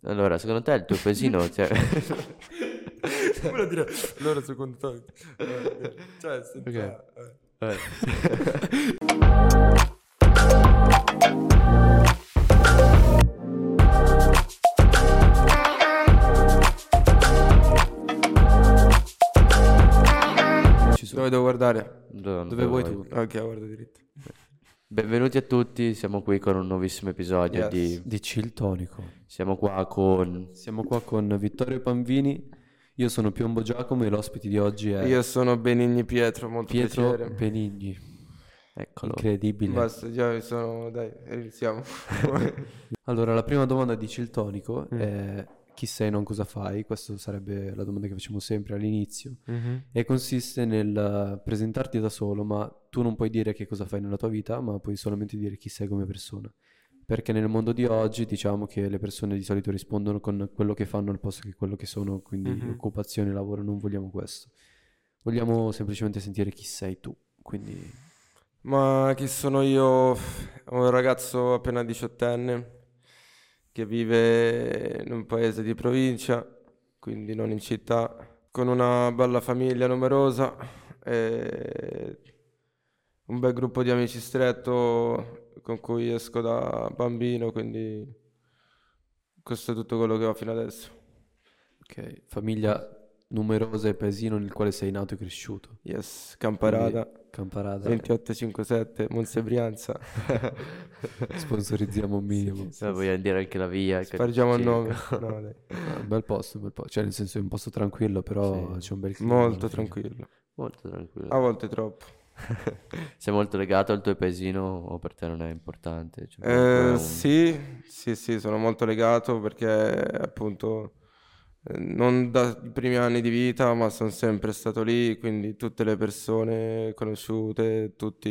Allora, secondo te il tuo paesino... cioè... Volevo dire, allora secondo te... cioè, senza... Eh. Dove devo guardare? Dove vuoi vuoi. tu? Ok, guarda diritto. Benvenuti a tutti, siamo qui con un nuovissimo episodio Yes. Di Chill Tonico. Siamo qua con... Siamo qua con Vittorio Panvini, io sono Piombo Giacomo e l'ospite di oggi è Io sono Benigni Pietro, molto Pietro piacere. Benigni. Eccolo. Incredibile. Basta, già sono... Dai, iniziamo. Allora, la prima domanda di Chill Tonico è chi sei, non cosa fai? Questa sarebbe la domanda che facciamo sempre all'inizio. E consiste nel presentarti da solo, ma tu non puoi dire che cosa fai nella tua vita, ma puoi solamente dire chi sei come persona. Perché nel mondo di oggi diciamo che le persone di solito rispondono con quello che fanno al posto che quello che sono, quindi occupazione, lavoro, non vogliamo questo. Vogliamo semplicemente sentire chi sei tu, quindi... Ma chi sono io? Un ragazzo appena 18enne che vive in un paese di provincia, quindi non in città, con una bella famiglia numerosa e un bel gruppo di amici stretto con cui esco da bambino, quindi questo è tutto quello che ho fino adesso. Ok, famiglia numerosa e paesino nel quale sei nato e cresciuto. Yes, Camparada, Quindi, Camparada, 2857, Monza e Brianza. sponsorizziamo un minimo. vogliamo dire anche la via. che Spargiamo il circa. nome. No, dai. Ah, un bel posto, cioè nel senso è un posto tranquillo, però Sì. c'è un bel clima. Molto alla fine. tranquillo. Molto tranquillo. A volte troppo. Sei molto legato al tuo paesino o per te non è importante? Cioè, comunque è un- Sì, sono molto legato perché appunto non dai primi anni di vita, ma sono sempre stato lì, quindi tutte le persone conosciute,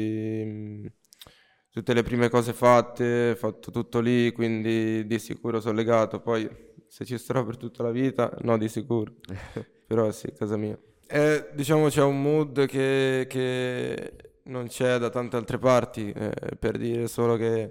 tutte le prime cose fatte, ho fatto tutto lì, quindi di sicuro sono legato. Poi se ci starò per tutta la vita, no, di sicuro. Però sì, casa mia. Diciamo c'è un mood che non c'è da tante altre parti, per dire solo che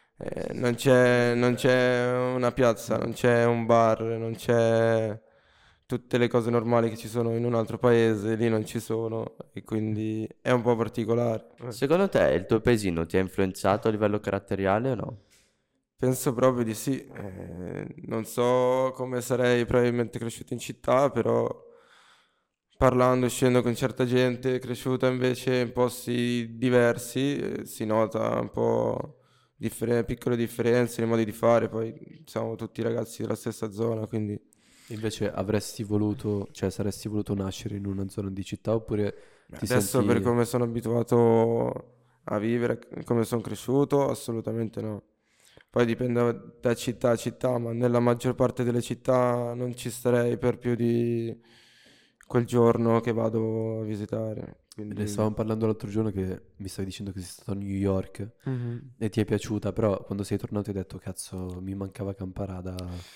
non c'è una piazza, non c'è un bar, non c'è tutte le cose normali che ci sono in un altro paese, lì non ci sono e quindi è un po' particolare. Secondo te il tuo paesino ti ha influenzato a livello caratteriale o no? Penso proprio di sì. Non so come sarei probabilmente cresciuto in città, però parlando, uscendo con certa gente cresciuta invece in posti diversi, si nota un po' piccole differenze nei modi di fare, poi siamo tutti ragazzi della stessa zona, quindi Invece avresti voluto, cioè saresti voluto nascere in una zona di città oppure ti adesso senti... per come sono abituato a vivere, come sono cresciuto, assolutamente no. Poi dipende da città a città, ma nella maggior parte delle città non ci starei per più di quel giorno che vado a visitare. Ne Quindi... stavamo parlando l'altro giorno che mi stavi dicendo che sei stato a New York Mhm. e ti è piaciuta, però quando sei tornato hai detto cazzo mi mancava Camparada.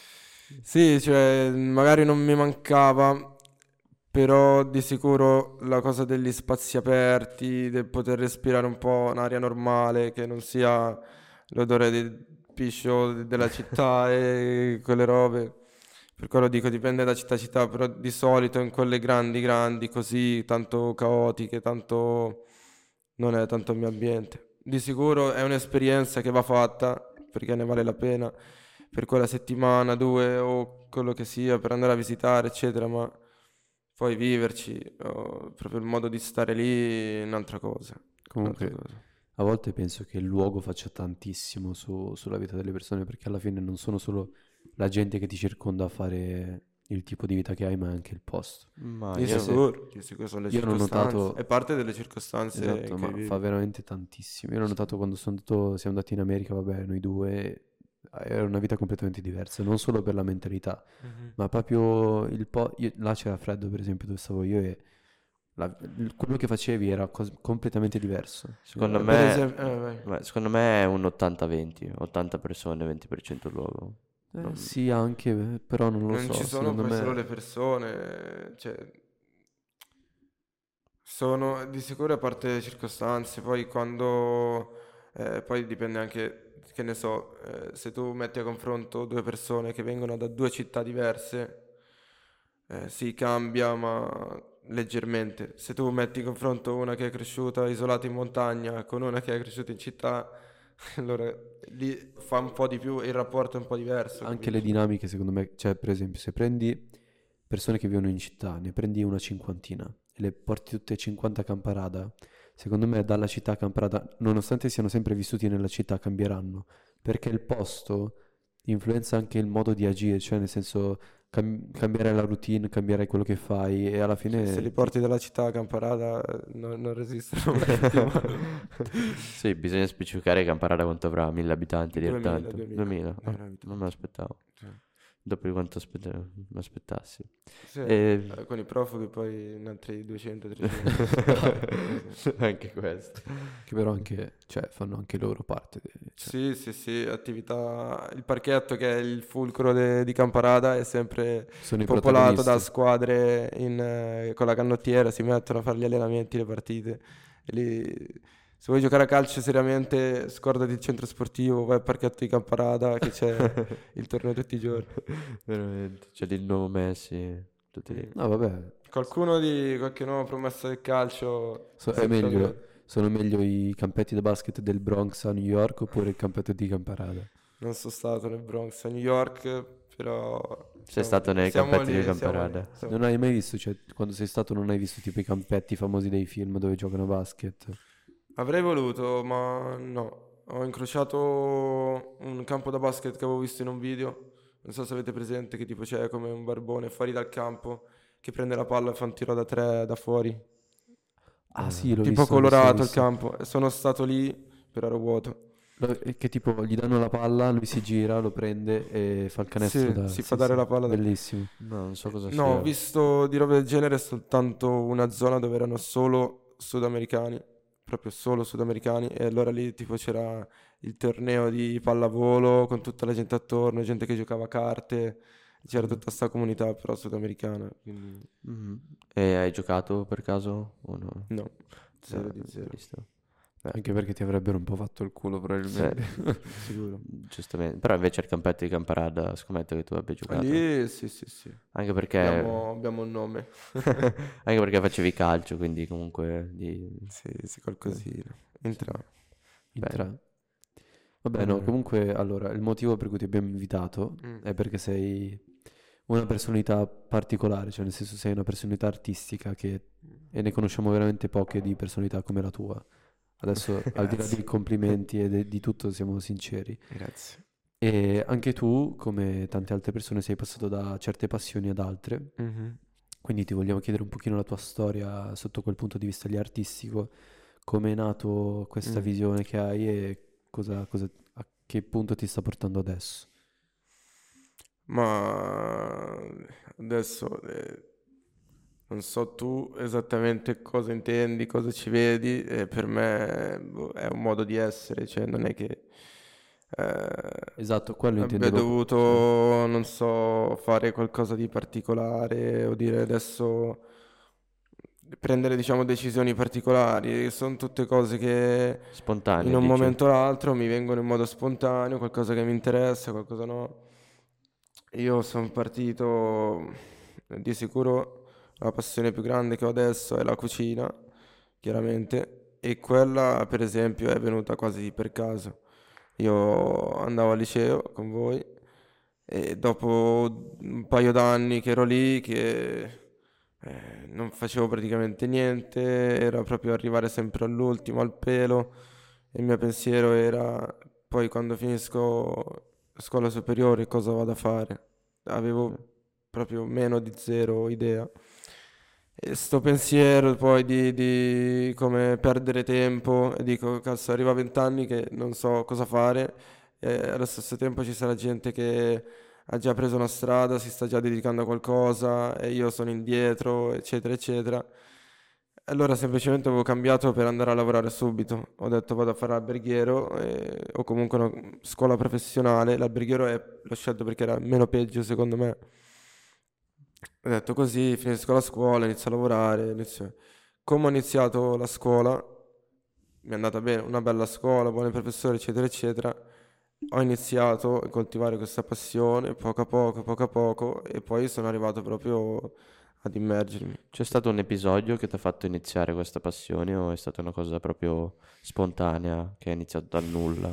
Sì, cioè magari non mi mancava, però di sicuro la cosa degli spazi aperti, del poter respirare un po' un'aria normale, che non sia l'odore del piscio della città e quelle robe. Per quello dico, dipende da città a città, però di solito in quelle grandi, così, tanto caotiche, tanto non è tanto il mio ambiente. Di sicuro è un'esperienza che va fatta, perché ne vale la pena, per quella settimana, due o quello che sia, per andare a visitare, eccetera, ma poi viverci, proprio il modo di stare lì è un'altra cosa. Comunque a volte penso che il luogo faccia tantissimo sulla vita delle persone perché alla fine non sono solo la gente che ti circonda a fare il tipo di vita che hai, ma anche il posto. Ma Di io... sicuro sono le Io l'ho circostanze, notato- è parte delle circostanze Esatto, che ma vivi. fa veramente tantissimo. Io l'ho notato quando siamo andati in America, vabbè, noi due, era una vita completamente diversa, non solo per la mentalità, ma proprio là c'era freddo, per esempio, dove stavo io e quello che facevi era completamente diverso. Secondo Per me... esempio, vai. Beh, secondo me è un 80-20, 80 persone, 20% il luogo. Sì, anche, però non lo Non so, ci sono secondo poi me... solo le persone, cioè sono di sicuro a parte le circostanze, poi quando poi dipende anche che ne so, se tu metti a confronto due persone che vengono da due città diverse, sì, cambia, ma leggermente. Se tu metti in confronto una che è cresciuta isolata in montagna con una che è cresciuta in città, allora lì fa un po' di più, il rapporto è un po' diverso, Anche le capisci? dinamiche, secondo me, cioè per esempio, se prendi persone che vivono in città, ne prendi una cinquantina e le porti tutte e 50 a Camparada, secondo me dalla città a Camparada, nonostante siano sempre vissuti nella città, cambieranno, perché il posto influenza anche il modo di agire, cioè nel senso cambiare la routine, cambiare quello che fai e alla Cioè, se li fine porti dalla città a Camparada non resistono una settimana. Sì, bisogna specificare che Camparata quanto avrà, 1000 abitanti 2000, direttamente. 2000. 2000? Ah, abitanti. non me l'aspettavo. Cioè, Dopo di quanto mi aspettassi. sì, E... con i profughi poi in altri 200-300. Anche questo. che però anche, cioè, fanno anche loro parte. Cioè, Sì, attività. Il parchetto che è il fulcro di Camparada è sempre sono i popolato da protagonisti. squadre con la canottiera, si mettono a fare gli allenamenti, le partite. E lì, se vuoi giocare a calcio seriamente, scordati il centro sportivo, vai al parchetto di Camparada che c'è il torneo tutti i giorni. Veramente. C'è il nuovo Messi, tutti lì. No, vabbè, Qualche nuova promessa del calcio è sempre meglio, avviato. sono meglio i campetti da basket del Bronx a New York oppure il campetto di Camparada. Non sono stato nel Bronx, a New York, però Sei stato nei siamo campetti lì, di siamo lì, Camparada? siamo Non hai mai visto, cioè, quando sei stato non hai visto tipo i campetti famosi dei film dove giocano a basket? Avrei voluto, ma no. Ho incrociato un campo da basket che avevo visto in un video. Non so se avete presente che tipo c'è come un barbone fuori dal campo che prende la palla e fa un tiro da tre da fuori. Ah sì, l'ho Tipo visto, colorato il visto. campo. Sono stato lì, però ero vuoto. Che tipo gli danno la palla, lui si gira, lo prende e fa il canestro Sì, da... si sì, fa dare sì, la palla da... bellissimo. No, non so cosa No, sia. ho visto di roba del genere soltanto una zona dove erano solo sudamericani, proprio solo sudamericani, e allora lì tipo c'era il torneo di pallavolo con tutta la gente attorno, gente che giocava a carte, c'era tutta sta comunità però sudamericana, quindi Mhm. E hai giocato per caso o no? no, zero No, di zero, visto. Anche perché ti avrebbero un po' fatto il culo probabilmente. sicuro. Giustamente. Però invece il campetto di Camparada scommetto che tu abbia giocato. Lì sì, Anche perché... abbiamo un nome, Anche perché facevi calcio, quindi comunque sì, qualcosina, entra. Intra- Vabbè, no, comunque, allora, il motivo per cui ti abbiamo invitato è perché sei una personalità particolare, cioè nel senso sei una personalità artistica e ne conosciamo veramente poche di personalità come la tua. Adesso, al di là dei complimenti e di tutto, siamo sinceri. Grazie. E anche tu, come tante altre persone, sei passato da certe passioni ad altre. Mhm. Quindi ti vogliamo chiedere un pochino la tua storia sotto quel punto di vista lì artistico, come è nato questa visione che hai e a che punto ti sta portando adesso. Ma adesso non so tu esattamente cosa intendi, cosa ci vedi, e per me boh, è un modo di essere, cioè non è che Esatto, quello abbia intendevo. dovuto, non so, fare qualcosa di particolare o dire adesso prendere, diciamo, decisioni particolari. Sono tutte cose che spontanee, in un dici? momento o l'altro mi vengono in modo spontaneo, qualcosa che mi interessa, qualcosa no. Io sono partito, di sicuro la passione più grande che ho adesso è la cucina, chiaramente, e quella per esempio è venuta quasi per caso. Io andavo al liceo con voi e dopo un paio d'anni che ero lì, che non facevo praticamente niente, era proprio arrivare sempre all'ultimo, al pelo, e il mio pensiero era poi quando finisco scuola superiore cosa vado a fare. Avevo proprio meno di zero idea. E sto pensiero poi di come perdere tempo, e dico, cazzo, arriva a 20 anni che non so cosa fare, e allo stesso tempo ci sarà gente che ha già preso una strada, si sta già dedicando a qualcosa e io sono indietro, eccetera, eccetera. Allora semplicemente avevo cambiato per andare a lavorare subito. Ho detto vado a fare l'alberghiero o comunque una scuola professionale. L'ho scelto perché era meno peggio secondo me. Ho detto così, finisco la scuola, inizio a lavorare. Come ho iniziato la scuola, mi è andata bene, una bella scuola, buoni professori, eccetera, eccetera. ho iniziato a coltivare questa passione poco a poco, e poi sono arrivato proprio ad immergermi. C'è stato un episodio che ti ha fatto iniziare questa passione o è stata una cosa proprio spontanea che è iniziato dal nulla?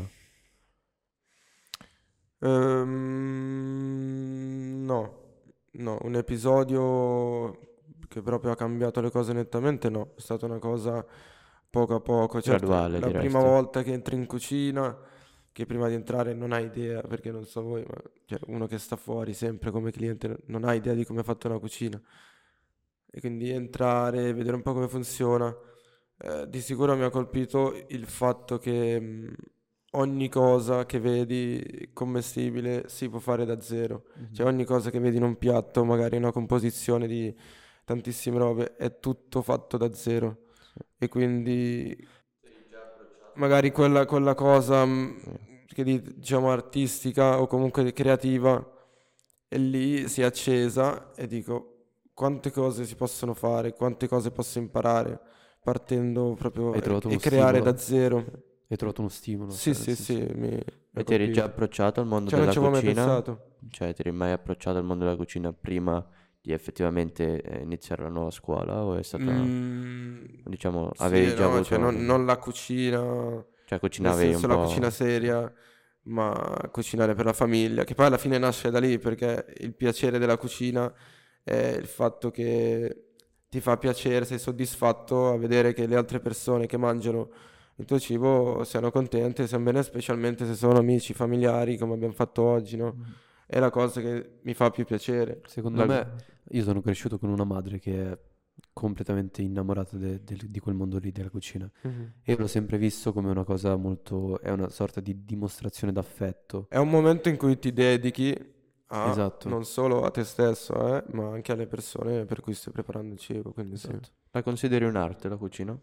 No, un episodio che proprio ha cambiato le cose nettamente, no, è stata una cosa poco a poco. Certo, Graduale, la prima diresti? volta che entri in cucina, che prima di entrare non hai idea, perché non so voi, ma cioè, uno che sta fuori sempre come cliente non ha idea di come è fatta una cucina. E quindi entrare, vedere un po' come funziona. Di sicuro mi ha colpito il fatto che ogni cosa che vedi commestibile si può fare da zero. Cioè ogni cosa che vedi in un piatto, magari una composizione di tantissime robe, è tutto fatto da zero. E quindi magari quella cosa che diciamo artistica o comunque creativa, e lì si è accesa e dico quante cose si possono fare, quante cose posso imparare partendo proprio Hai trovato e uno creare da stimolo? zero. Hai trovato uno stimolo? Sì, Cioè, nel sì, sì, senso... mi E ha ti eri già colpito. approcciato al mondo Cioè non della ci avevo mai cucina? pensato. Cioè, ti eri mai approcciato al mondo della cucina prima di effettivamente iniziare la nuova scuola o è stata, Mm, diciamo, sì avevi e già no, cioè avuto, non la cucina, cioè nel cucinavi un senso la cucina po'... seria, ma cucinare per la famiglia, che poi alla fine nasce da lì, perché il piacere della cucina è il fatto che ti fa piacere, sei soddisfatto a vedere che le altre persone che mangiano il tuo cibo siano contente, siano bene, specialmente se sono amici, familiari, come abbiamo fatto oggi, no? È la cosa che mi fa più piacere. Secondo La- me, io sono cresciuto con una madre che è completamente innamorata di quel mondo lì, della cucina. Mhm. E io l'ho sempre visto come una cosa molto... è una sorta di dimostrazione d'affetto. È un momento in cui ti dedichi a Esatto, non solo a te stesso, ma anche alle persone per cui stai preparando il cibo, quindi sì. esatto. La consideri un'arte la cucina?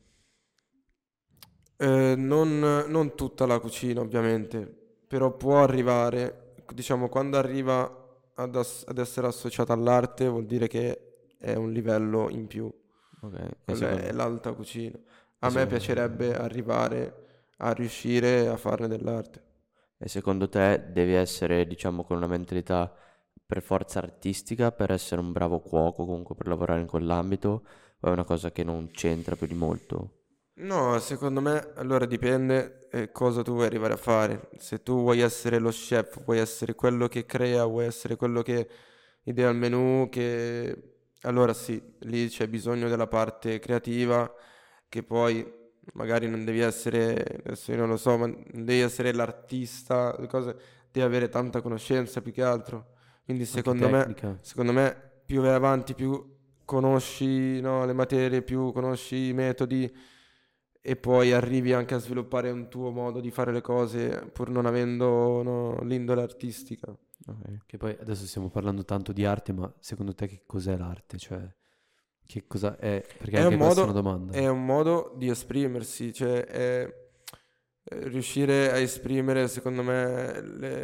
Non tutta la cucina, ovviamente, però può arrivare, diciamo, quando arriva ad essere associata all'arte, vuol dire che è un livello in più. Ok. Quella è l'alta cucina. A me secondo- piacerebbe arrivare a riuscire a farne dell'arte. e secondo te devi essere, diciamo, con una mentalità per forza artistica per essere un bravo cuoco, comunque per lavorare in quell'ambito, o è una cosa che non c'entra più di molto? No, secondo me allora dipende cosa tu vuoi arrivare a fare. Se tu vuoi essere lo chef, vuoi essere quello che crea, vuoi essere quello che idea il menù, che... allora sì, lì c'è bisogno della parte creativa, che poi magari non devi essere, adesso io non lo so, ma non devi essere l'artista, le cose, devi avere tanta conoscenza più che altro. Quindi Anche tecnica. secondo me più vai avanti, più conosci, no, le materie, più conosci i metodi e poi arrivi anche a sviluppare un tuo modo di fare le cose pur non avendo, no, l'indole artistica. Ok. Che poi adesso stiamo parlando tanto di arte, ma secondo te che cos'è l'arte? Cioè, che cosa è? Perché È un anche questa è una modo, domanda. è un modo di esprimersi, cioè riuscire a esprimere, secondo me,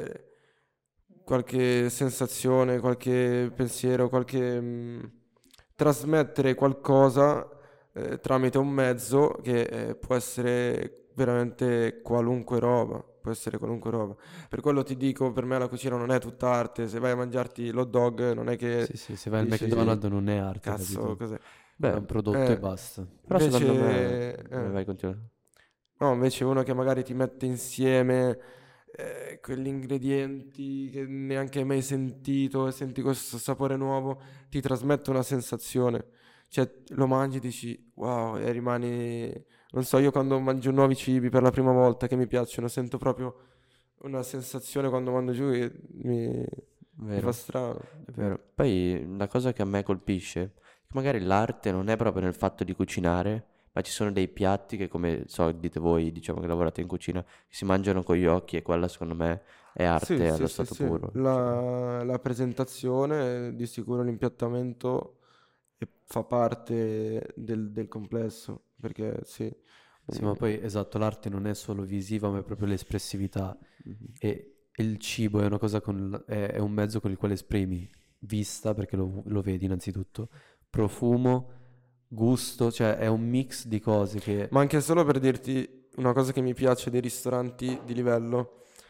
qualche sensazione, qualche pensiero, trasmettere qualcosa tramite un mezzo che può essere veramente qualunque roba. Può essere qualunque roba. Per quello ti dico, per me la cucina non è tutta arte. Se vai a mangiarti l'hot dog, non è che Sì, sì, se vai al dici, McDonald's non è arte, cazzo, capito? cos'è? È Beh, un prodotto e Eh, basta. però secondo me... invece, vai, continua. no, invece uno che magari ti mette insieme quegli ingredienti che neanche hai mai sentito e senti questo sapore nuovo, ti trasmette una sensazione. Cioè, lo mangi e dici wow, e rimani... Non so, io quando mangio nuovi cibi per la prima volta che mi piacciono, sento proprio una sensazione quando mando giù che mi fa Vero, strano. è vero. Poi la cosa che a me colpisce è che magari l'arte non è proprio nel fatto di cucinare, ma ci sono dei piatti che, come so, dite voi, diciamo che lavorate in cucina, che si mangiano con gli occhi e quella secondo me è Sì, arte sì, allo sì, stato sì. puro. Cioè, La presentazione, di sicuro l'impiattamento fa parte del complesso, perché sì. Sì, ma poi esatto, l'arte non è solo visiva, ma è proprio l'espressività. mhm. E il cibo è una cosa è un mezzo con il quale esprimi vista, perché lo vedi innanzitutto, profumo, gusto, cioè è un mix di cose che... Ma anche solo per dirti una cosa che mi piace dei ristoranti di livello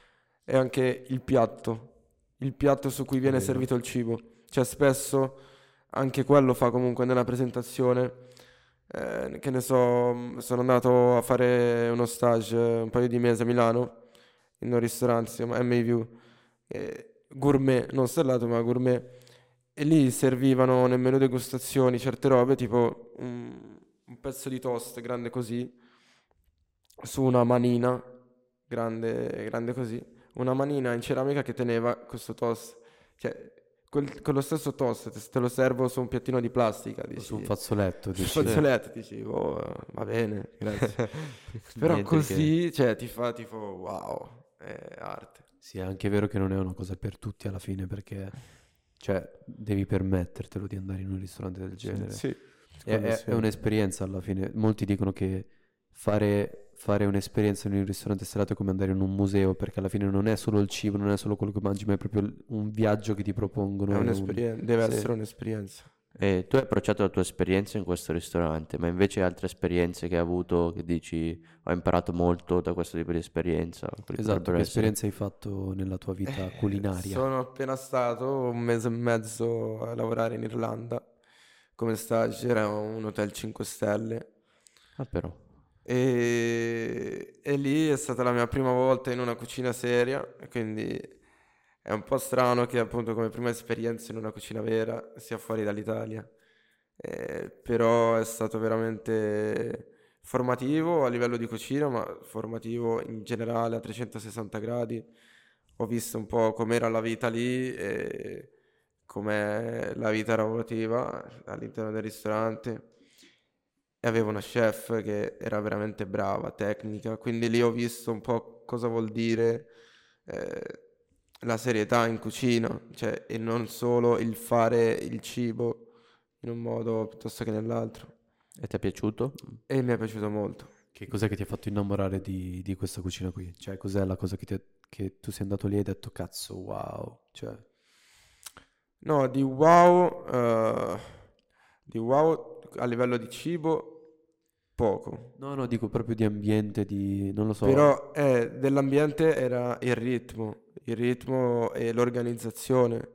è anche il piatto su cui viene vero. servito il cibo. Cioè spesso anche quello fa comunque nella presentazione. Che ne so, sono andato a fare uno stage un paio di mesi a Milano in un ristorante, si chiama M-View, gourmet, non stellato ma gourmet, e lì servivano nel menù degustazioni certe robe, tipo un pezzo di toast grande così, su una manina, grande, grande così, una manina in ceramica che teneva questo toast. Cioè, quello stesso toast te lo servo su un piattino di plastica, Su un dici. fazzoletto, Sul dici. fazzoletto, dici, oh, va bene, grazie. Però Niente che... così, cioè, ti fa tipo, wow, è arte. Sì, è anche vero che non è una cosa per tutti alla fine, perché cioè devi permettertelo di andare in un ristorante del genere. Sì, È, quello è- sì. è un'esperienza alla fine. Molti dicono che fare un'esperienza in un ristorante stellato è come andare in un museo, perché alla fine non è solo il cibo, non è solo quello che mangi, ma è proprio un viaggio che ti propongono. È è un'esperienza, deve sì. essere un'esperienza. E tu hai approcciato la tua esperienza in questo ristorante, ma invece altre esperienze che hai avuto che dici ho imparato molto da questo tipo di esperienza? Quali Esatto, potrebbero che essere? esperienza hai fatto nella tua vita culinaria? Sono appena stato un mese e mezzo a lavorare in Irlanda come stage, era un hotel 5 stelle. Ah, però. E lì è stata la mia prima volta in una cucina seria, e quindi è un po' strano che appunto come prima esperienza in una cucina vera sia fuori dall'Italia. Però è stato veramente formativo a livello di cucina, ma formativo in generale a 360 gradi. Ho visto un po' com'era la vita lì e com'è la vita lavorativa all'interno del ristorante. E avevo una chef che era veramente brava, tecnica, quindi lì ho visto un po' cosa vuol dire eh, la serietà in cucina, cioè, e non solo il fare il cibo in un modo piuttosto che nell'altro. E ti è piaciuto? E mi è piaciuto molto. Che cos'è che ti ha fatto innamorare di questa cucina qui? Cioè, cos'è la cosa che tu sei andato lì e hai detto, cazzo, wow. Cioè, No, di wow a livello di cibo, poco. no, dico proprio di ambiente, non lo so. Però dell'ambiente era il ritmo e l'organizzazione,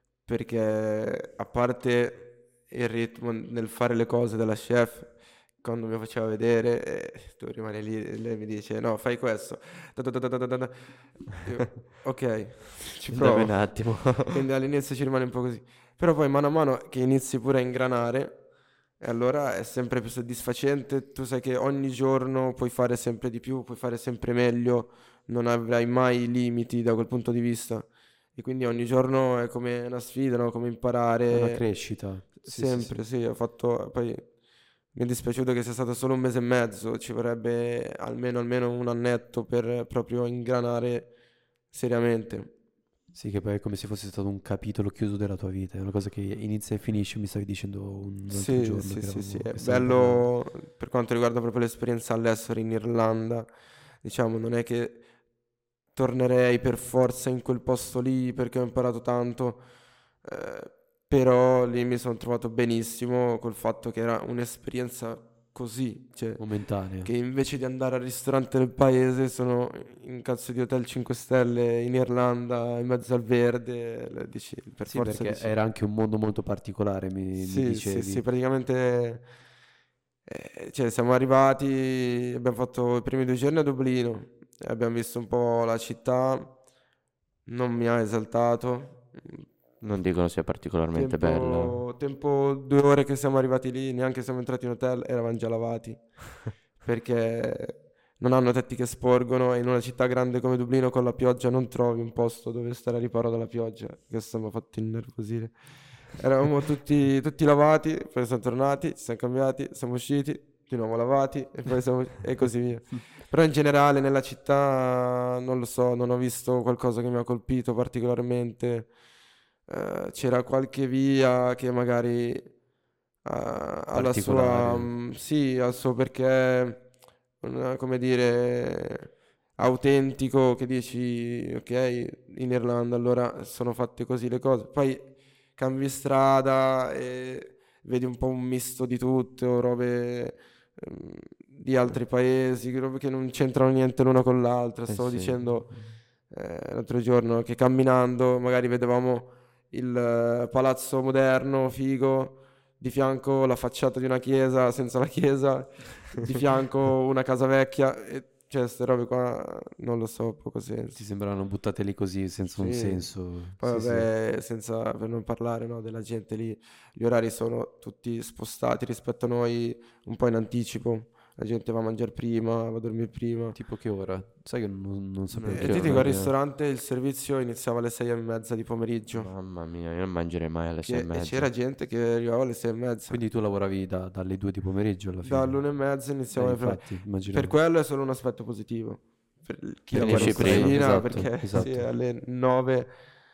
perché a parte il ritmo nel fare le cose della chef, quando mi faceva vedere, tu rimani lì e lei mi dice no, fai questo. Ta ta ta ta ta ta ta. Io, ok, ci Dammi provo. un attimo. Quindi all'inizio ci rimane un po' così. Però poi mano a mano che inizi pure a ingranare, e allora è sempre più soddisfacente, tu sai che ogni giorno puoi fare sempre di più, puoi fare sempre meglio, non avrai mai limiti da quel punto di vista. E quindi ogni giorno è come una sfida, no? Come È una imparare. crescita. Sì, sì, Sempre, sì, ho fatto. Poi mi è dispiaciuto che sia stato solo un mese e mezzo, ci vorrebbe almeno un annetto per proprio ingranare seriamente. Sì, che poi è come se fosse stato un capitolo chiuso della tua vita. È una cosa che inizia e finisce, mi stavi dicendo un altro Sì, giorno sì, che sì, sì, eravamo, è che stavamo parlando. bello per quanto riguarda proprio l'esperienza all'estero in Irlanda, diciamo, non è che tornerei per forza in quel posto lì perché ho imparato tanto, eh, però lì mi sono trovato benissimo col fatto che era un'esperienza così, cioè Momentanea. che invece di andare al ristorante del paese sono in cazzo di hotel 5 stelle in Irlanda in mezzo al verde, dici, per Sì, forza perché dici. era anche un mondo molto particolare, mi Sì, sì, sì, dicevi. praticamente cioè, siamo arrivati, abbiamo fatto i primi 2 giorni a Dublino, abbiamo visto un po' la città, non mi ha esaltato. Non dicono sia particolarmente bella. Tempo 2 ore che siamo arrivati lì, neanche siamo entrati in hotel, eravamo già lavati, perché non hanno tetti che sporgono e in una città grande come Dublino con la pioggia non trovi un posto dove stare a riparo dalla pioggia. Questo mi ha fatto innervosire. Eravamo tutti lavati, poi siamo tornati, ci siamo cambiati, siamo usciti, di nuovo lavati e poi e così via. Però in generale nella città non lo so, non ho visto qualcosa che mi ha colpito particolarmente. C'era qualche via che magari ha la sua, Particolare. sì, ha il suo perché, come dire, autentico che dici, ok, in Irlanda allora sono fatte così le cose. Poi cambi strada e vedi un po' un misto di tutto, robe di altri paesi, robe che non c'entrano niente l'una con l'altra. Eh Stavo sì. dicendo, l'altro giorno, che camminando magari vedevamo il palazzo moderno, figo, di fianco la facciata di una chiesa senza la chiesa, di fianco una casa vecchia, e, cioè queste robe qua non lo so, poco senso. Ti sembrano buttate lì così senza un Sì. senso. Poi Sì, vabbè, senza, per non parlare, no, della gente lì, gli orari sono tutti spostati rispetto a noi un po' in anticipo. La gente va a mangiare prima, va a dormire prima. Tipo che ora? Sai che non sapevo. E Anch'io ti non dico, ho al idea. ristorante il servizio iniziava alle 6:30 di pomeriggio. Mamma mia, io non mangerei mai alle E 6:30. c'era gente che arrivava alle 6:30. Quindi tu lavoravi dalle 2 di pomeriggio alla fine? Dall'1:30 iniziava alle infatti, immaginavo. Per quello è solo un aspetto positivo. Per chi Finisci lavora in prima, cucina, esatto, perché esatto. sì, alle 9,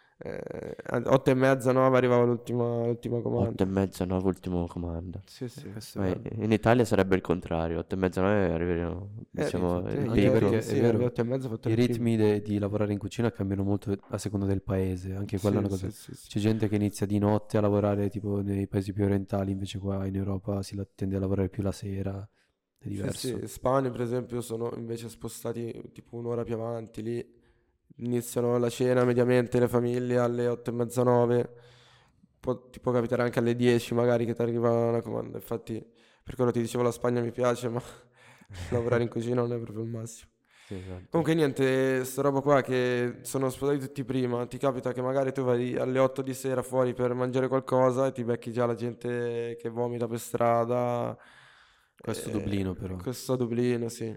8:30, 9 arrivava l'ultima 8 comanda. e mezza, 9, ultimo comando. Sì, sì. Questo è Ma bello. in Italia sarebbe il contrario, 8 e mezza, 9 arriveremo, diciamo, Infatti, il anche picco. perché sì, è vero, alle 8:30 ho fatto I il primo. ritmi di lavorare in cucina cambiano molto a seconda del paese, anche quella è una cosa. Sì. C'è gente che inizia di notte a lavorare tipo nei paesi più orientali, invece qua in Europa tende a lavorare più la sera, è Sì, diverso. sì. Spagna, per esempio, sono invece spostati tipo un'ora più avanti. Lì iniziano la cena mediamente le famiglie alle 8:30, 9. Ti può capitare anche alle 10 magari che ti arriva una comanda. Infatti, per quello ti dicevo la Spagna mi piace, ma lavorare in cucina non è proprio il massimo. Sì, esatto. Comunque niente, sta roba qua che sono spostati tutti prima. Ti capita che magari tu vai alle 8 di sera fuori per mangiare qualcosa e ti becchi già la gente che vomita per strada. Questo Dublino però. Questo a Dublino, sì.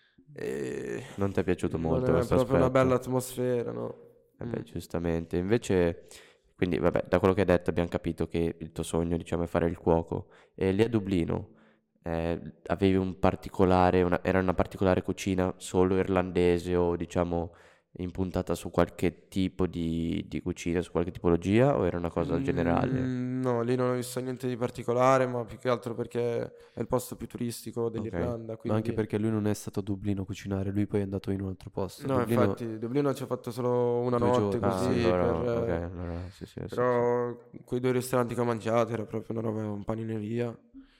E Non ti è piaciuto non molto è questo proprio una aspetto? bella atmosfera, no? Vabbè, giustamente. Invece, quindi, vabbè, da quello che hai detto abbiamo capito che il tuo sogno, diciamo, è fare il cuoco. E lì a Dublino avevi un particolare, era una particolare cucina solo irlandese o, diciamo, impuntata su qualche tipo di cucina, su qualche tipologia, o era una cosa generale? No, lì non ho visto niente di particolare, ma più che altro perché è il posto più turistico Ok. dell'Irlanda, Ma anche quindi... perché lui non è stato a Dublino a cucinare, lui poi è andato in un altro posto. No, Dublino infatti, Dublino ci ha fatto solo una 2 notte giorni, Ah, così, sì. allora, per, ok, allora, sì, sì, sì, sì. però quei 2 ristoranti che ho mangiato era proprio una roba, un panineria.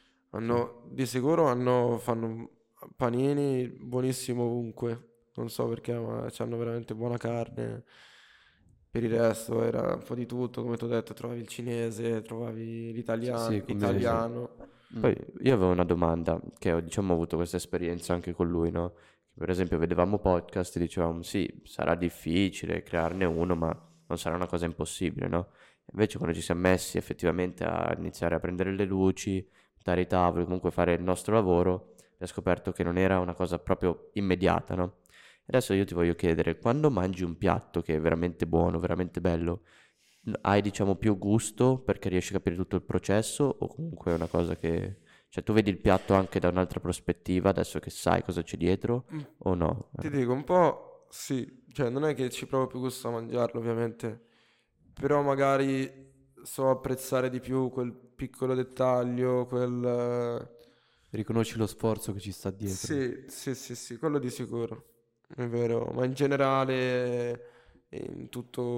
Di sicuro fanno panini buonissimo ovunque. Non so perché, ma hanno veramente buona carne. Per il resto era un po' di tutto, come ti ho detto, trovavi il cinese, trovavi Sì, come- l'italiano. Poi io avevo una domanda, che ho, diciamo, avuto questa esperienza anche con lui, no? Che per esempio vedevamo podcast e dicevamo sì, sarà difficile crearne uno, ma non sarà una cosa impossibile, no? Invece quando ci siamo messi effettivamente a iniziare a prendere le luci, dare i tavoli, comunque fare il nostro lavoro, abbiamo scoperto che non era una cosa proprio immediata, no? Adesso io ti voglio chiedere, quando mangi un piatto che è veramente buono, veramente bello, hai diciamo più gusto perché riesci a capire tutto il processo o comunque è una cosa che... Cioè tu vedi il piatto anche da un'altra prospettiva adesso che sai cosa c'è dietro Mm, o no? Ti dico un po' sì, cioè non è che ci provo più gusto a mangiarlo ovviamente, però magari so apprezzare di più quel piccolo dettaglio, Riconosci lo sforzo che ci sta dietro. Sì, quello di sicuro, è vero, ma in generale in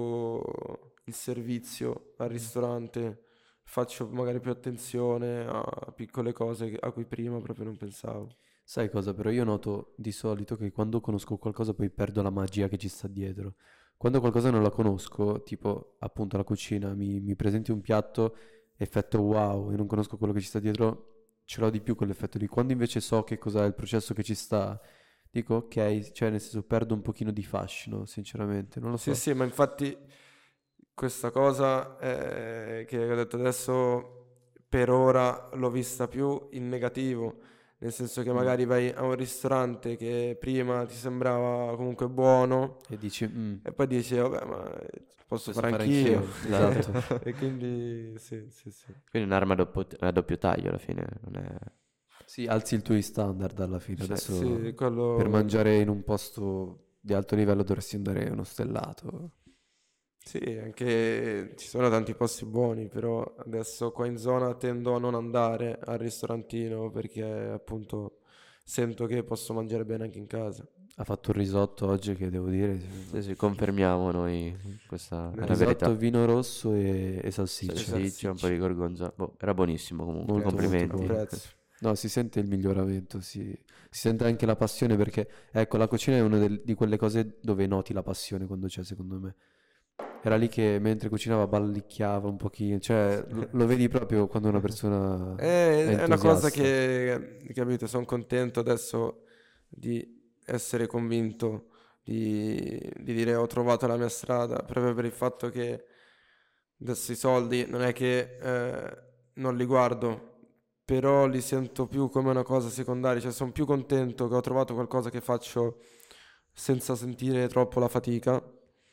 tutto il servizio al ristorante faccio magari più attenzione a piccole cose a cui prima proprio non pensavo. Sai cosa? Però io noto di solito che quando conosco qualcosa poi perdo la magia che ci sta dietro. Quando qualcosa non la conosco, tipo appunto la cucina, mi presenti un piatto, effetto wow, e non conosco quello che ci sta dietro, ce l'ho di più quell'effetto lì. Quando invece so che cos'è il processo che ci sta, dico ok, cioè nel senso perdo un pochino di fascino, sinceramente, non lo Sì, so. sì, ma infatti questa cosa che ho detto adesso per ora l'ho vista più in negativo, nel senso che Mm. magari vai a un ristorante che prima ti sembrava comunque buono E dici, e poi dici, vabbè, ma posso posso fare fare anch'io. anch'io, esatto. E quindi sì. Quindi un'arma a doppio taglio alla fine, non è... Sì, alzi il tuo standard alla fine. Adesso Sì, per quello... mangiare in un posto di alto livello dovresti andare uno stellato. Sì, anche ci sono tanti posti buoni, però adesso qua in zona tendo a non andare al ristorantino perché appunto sento che posso mangiare bene anche in casa. Ha fatto un risotto oggi che devo dire. Sì, sì, confermiamo noi, questa è la Risotto, verità. vino rosso e salsiccia. Salsiccia, un po' di gorgonzola, boh, era buonissimo comunque, Molto, molto complimenti. buono. Apprezzo. No, si sente il miglioramento, si sente anche la passione perché, ecco, la cucina è una di quelle cose dove noti la passione quando c'è, secondo me. Era lì che mentre cucinava ballicchiava un pochino, cioè lo vedi proprio quando una persona è È una cosa entusiasta. che, capito, sono contento adesso di essere convinto, di dire ho trovato la mia strada, proprio per il fatto che adesso i soldi non è che non li guardo, però li sento più come una cosa secondaria, cioè sono più contento che ho trovato qualcosa che faccio senza sentire troppo la fatica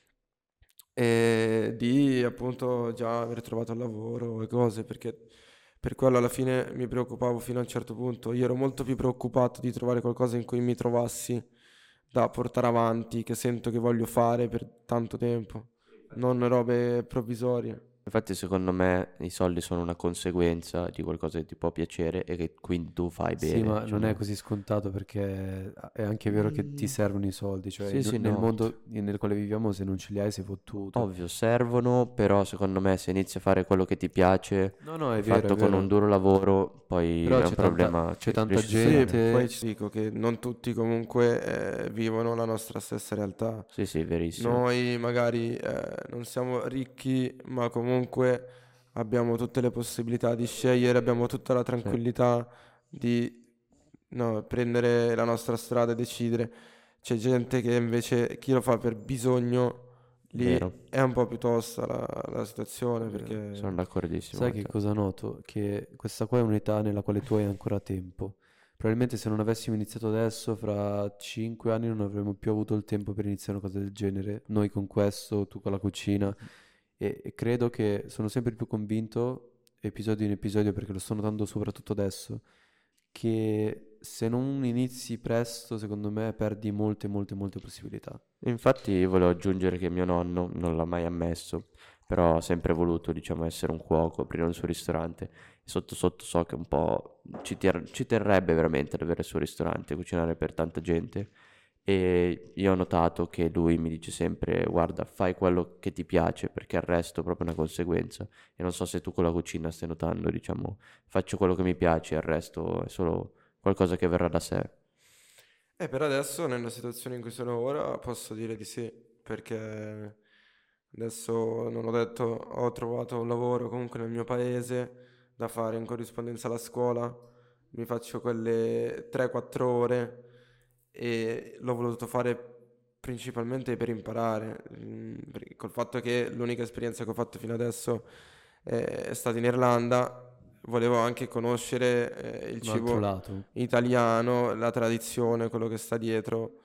e di appunto già aver trovato il lavoro e cose, perché per quello alla fine mi preoccupavo fino a un certo punto. Io ero molto più preoccupato di trovare qualcosa in cui mi trovassi da portare avanti, che sento che voglio fare per tanto tempo, non robe provvisorie. Infatti, secondo me, i soldi sono una conseguenza di qualcosa che ti può piacere e che quindi tu fai Sì, bene. ma Cioè, non è così scontato perché è anche vero che ti Mm, servono i soldi, cioè sì, sì, nel no. mondo nel quale viviamo se non ce li hai sei fottuto. Ovvio, servono, però secondo me se inizi a fare quello che ti piace No, no, e è fatto con un vero, duro lavoro, poi però è un problema c'è che tanta riesci a sì, superare. poi gente. ci dico che non tutti comunque vivono la nostra stessa realtà. Sì, sì, verissimo. Noi magari non siamo ricchi, ma comunque abbiamo tutte le possibilità di scegliere, abbiamo tutta la Sì, tranquillità di no, prendere la nostra strada e decidere. C'è gente che invece chi lo fa per bisogno, vero, lì è un po' più tosta la È situazione vero. sono perché d'accordissimo Sai con che te. cosa noto? Che questa qua è un'età nella quale tu hai ancora tempo. Probabilmente se non avessimo iniziato adesso, fra 5 anni non avremmo più avuto il tempo per iniziare una cosa del genere. Noi con questo, tu con la cucina. E credo che sono sempre più convinto, episodio in episodio, perché lo sto notando soprattutto adesso, che se non inizi presto, secondo me perdi molte, molte, molte possibilità. Infatti volevo aggiungere che mio nonno non l'ha mai ammesso, però ha sempre voluto, diciamo, essere un cuoco, aprire un suo ristorante. E sotto sotto so che un po' ci terrebbe veramente ad avere il suo ristorante, cucinare per tanta gente. E io ho notato che lui mi dice sempre, guarda, fai quello che ti piace, perché il resto è proprio una conseguenza. E non so se tu con la cucina stai notando, diciamo, faccio quello che mi piace, il resto è solo qualcosa che verrà da sé. per adesso nella situazione in cui sono ora posso dire di sì, perché adesso non ho detto ho trovato un lavoro comunque nel mio paese da fare in corrispondenza alla scuola, mi faccio quelle 3-4 ore e l'ho voluto fare principalmente per imparare, perché col fatto che l'unica esperienza che ho fatto fino adesso è stata in Irlanda, volevo anche conoscere il Un altro cibo lato. italiano, la tradizione, quello che sta dietro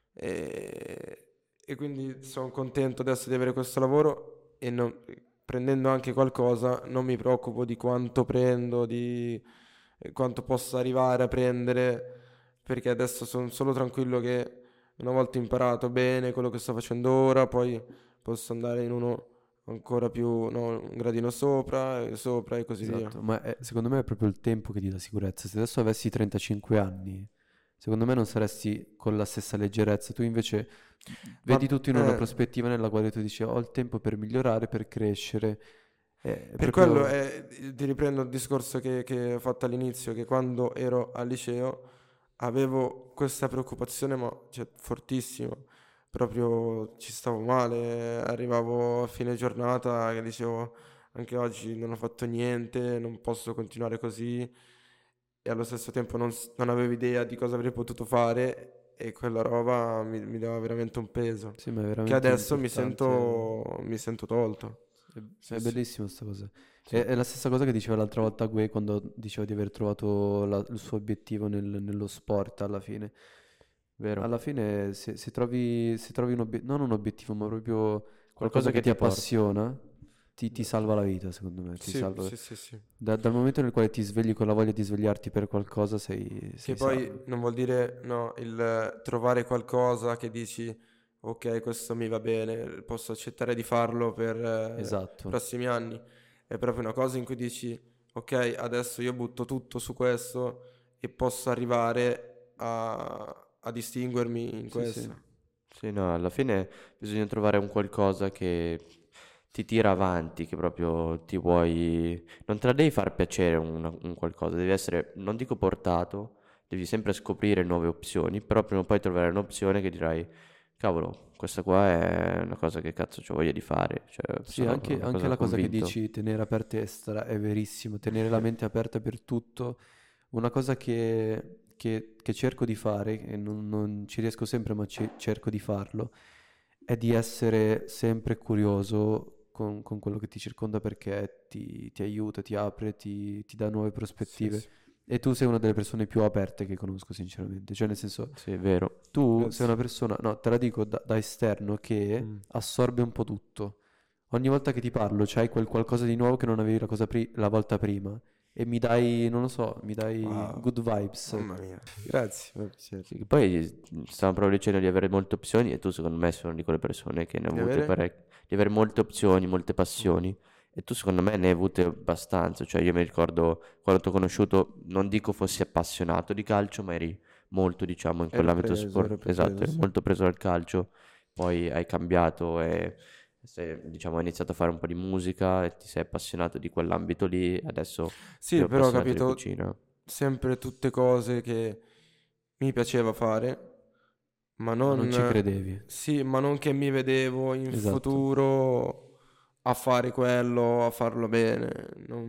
e, e quindi sono contento adesso di avere questo lavoro e prendendo anche qualcosa non mi preoccupo di quanto prendo, di quanto posso arrivare a prendere, perché adesso sono solo tranquillo che una volta imparato bene quello che sto facendo ora, poi posso andare in uno ancora più, no, un gradino sopra e così via. Esatto, ma secondo me è proprio il tempo che ti dà sicurezza. Se adesso avessi 35 anni, secondo me non saresti con la stessa leggerezza. Tu invece Ma vedi tutto in una prospettiva nella quale tu dici ho il tempo per migliorare, per crescere. È per quello proprio... ti riprendo il discorso che ho fatto all'inizio, che quando ero al liceo avevo questa preoccupazione, ma cioè, fortissima, proprio ci stavo male, arrivavo a fine giornata che dicevo anche oggi non ho fatto niente, non posso continuare così e allo stesso tempo non avevo idea di cosa avrei potuto fare e quella roba mi dava veramente un peso, Sì, ma è che veramente adesso importante. mi sento tolto. È, Sì, è sì, bellissima sta cosa. sì. È la stessa cosa che diceva l'altra volta Gue quando diceva di aver trovato il suo obiettivo nello sport alla fine. Vero? Alla fine, se trovi non un obiettivo, ma proprio qualcosa Qualcosa che che ti ti porta. appassiona, ti salva la vita, secondo me. Ti Sì, salva... sì, sì, sì. dal momento nel quale ti svegli con la voglia di svegliarti per qualcosa, Che sei poi salvo. non vuol dire no, il trovare qualcosa che dici ok, questo mi va bene, posso accettare di farlo per i Esatto. prossimi anni. È proprio una cosa in cui dici ok, adesso io butto tutto su questo e posso arrivare a distinguermi in Sì, sì. questo. Sì, no, alla fine bisogna trovare un qualcosa che ti tira avanti, che proprio ti vuoi... Non te la devi far piacere un qualcosa, devi essere, non dico portato, devi sempre scoprire nuove opzioni, però prima o poi troverai un'opzione che dirai, cavolo, questa qua è una cosa che cazzo c'ho voglia di fare, cioè Sì, sono anche, una anche cosa la cosa che convinto. dici, tenere aperte è verissimo, tenere la mente aperta per tutto. Una cosa che cerco di fare, e non ci riesco sempre, ma cerco di farlo, è di essere sempre curioso con quello che ti circonda perché ti aiuta, ti apre, ti dà nuove Sì, prospettive. sì. E tu sei una delle persone più aperte che conosco, sinceramente. Cioè, nel senso, Sì, è vero. tu sei Grazie. una persona, no, te la dico da esterno, che Mm. assorbe un po' tutto. Ogni volta che ti parlo c'hai quel qualcosa di nuovo che non avevi la volta prima. E mi dai, non lo so, mi dai Wow, good vibes. mamma mia, grazie, mi fa piacere. Sì, che poi stavamo proprio dicendo di avere molte opzioni e tu secondo me sei una di quelle persone che ne ha Di avute avere? parecchie, di avere molte opzioni, molte Mm. passioni e tu secondo me ne hai avute abbastanza, cioè io mi ricordo quando ti ho conosciuto, non dico fossi appassionato di calcio, ma eri molto diciamo in quell'ambito Ero sport, più esatto, preso, eri sì. molto preso dal calcio, poi hai cambiato e diciamo hai iniziato a fare un po' di musica e ti sei appassionato di quell'ambito lì, adesso più Sì, però ho appassionato di capito cucina. sempre tutte cose che mi piaceva fare, ma Ma non ci non, credevi. sì, ma non che mi vedevo in Esatto. futuro a fare quello, a farlo bene,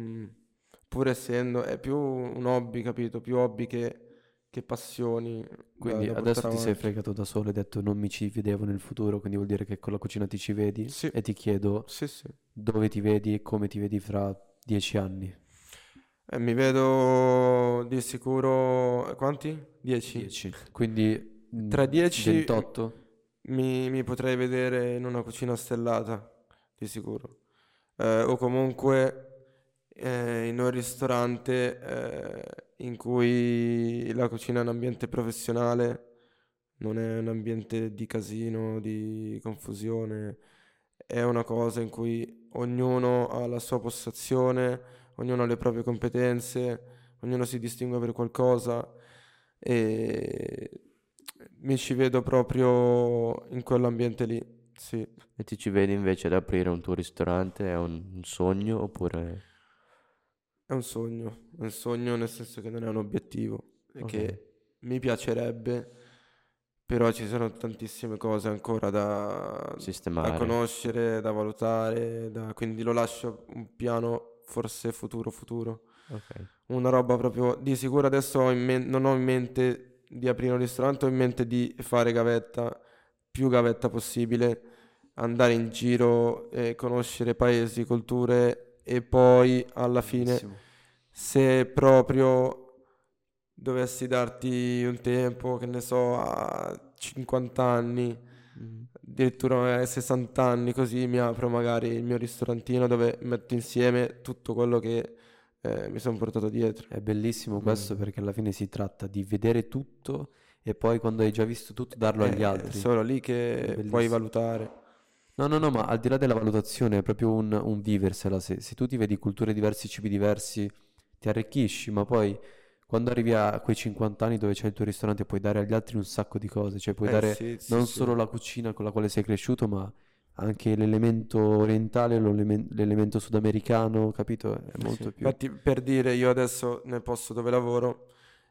pur essendo, è più un hobby, capito? Più hobby che passioni Quindi da portare adesso ti sei avanti. fregato da solo e hai detto non mi ci vedevo nel futuro, quindi vuol dire che con la cucina ti ci vedi? Sì, E ti chiedo sì, sì. dove ti vedi e come ti vedi fra 10 anni. Mi vedo di sicuro, quanti? 10? 10. Quindi Tra 10 28? mi potrei vedere in una cucina stellata, di sicuro. O comunque in un ristorante in cui la cucina è un ambiente professionale, non è un ambiente di casino, di confusione, è una cosa in cui ognuno ha la sua postazione, ognuno ha le proprie competenze, ognuno si distingue per qualcosa e mi ci vedo proprio in quell'ambiente lì, sì. E ti ci vedi invece ad aprire un tuo ristorante? È un sogno oppure... È un sogno nel senso che non è un obiettivo, e Ok, che mi piacerebbe, però ci sono tantissime cose ancora da sistemare. conoscere, da valutare, quindi lo lascio un piano forse futuro. Ok. Una roba proprio di sicuro adesso non ho in mente di aprire un ristorante, ho in mente di fare gavetta, più gavetta possibile, andare in giro e conoscere paesi, culture e poi alla fine, Bellissimo. se proprio dovessi darti un tempo, che ne so, a 50 anni, Mhm. addirittura a 60 anni, così mi apro magari il mio ristorantino dove metto insieme tutto quello che mi sono portato dietro. È bellissimo questo Mm. perché alla fine si tratta di vedere tutto e poi quando hai già visto tutto darlo agli È altri. solo lì È che puoi bellissimo. valutare. No, no, no, ma al di là della valutazione è proprio un viversela. Se tu ti vedi culture diverse, cibi diversi, ti arricchisci, ma poi quando arrivi a quei 50 anni dove c'è il tuo ristorante puoi dare agli altri un sacco di cose, cioè puoi dare Sì, sì, non sì. solo la cucina con la quale sei cresciuto, ma anche l'elemento orientale, l'elemento sudamericano, capito? È Sì. molto più... Infatti, per dire, io adesso nel posto dove lavoro,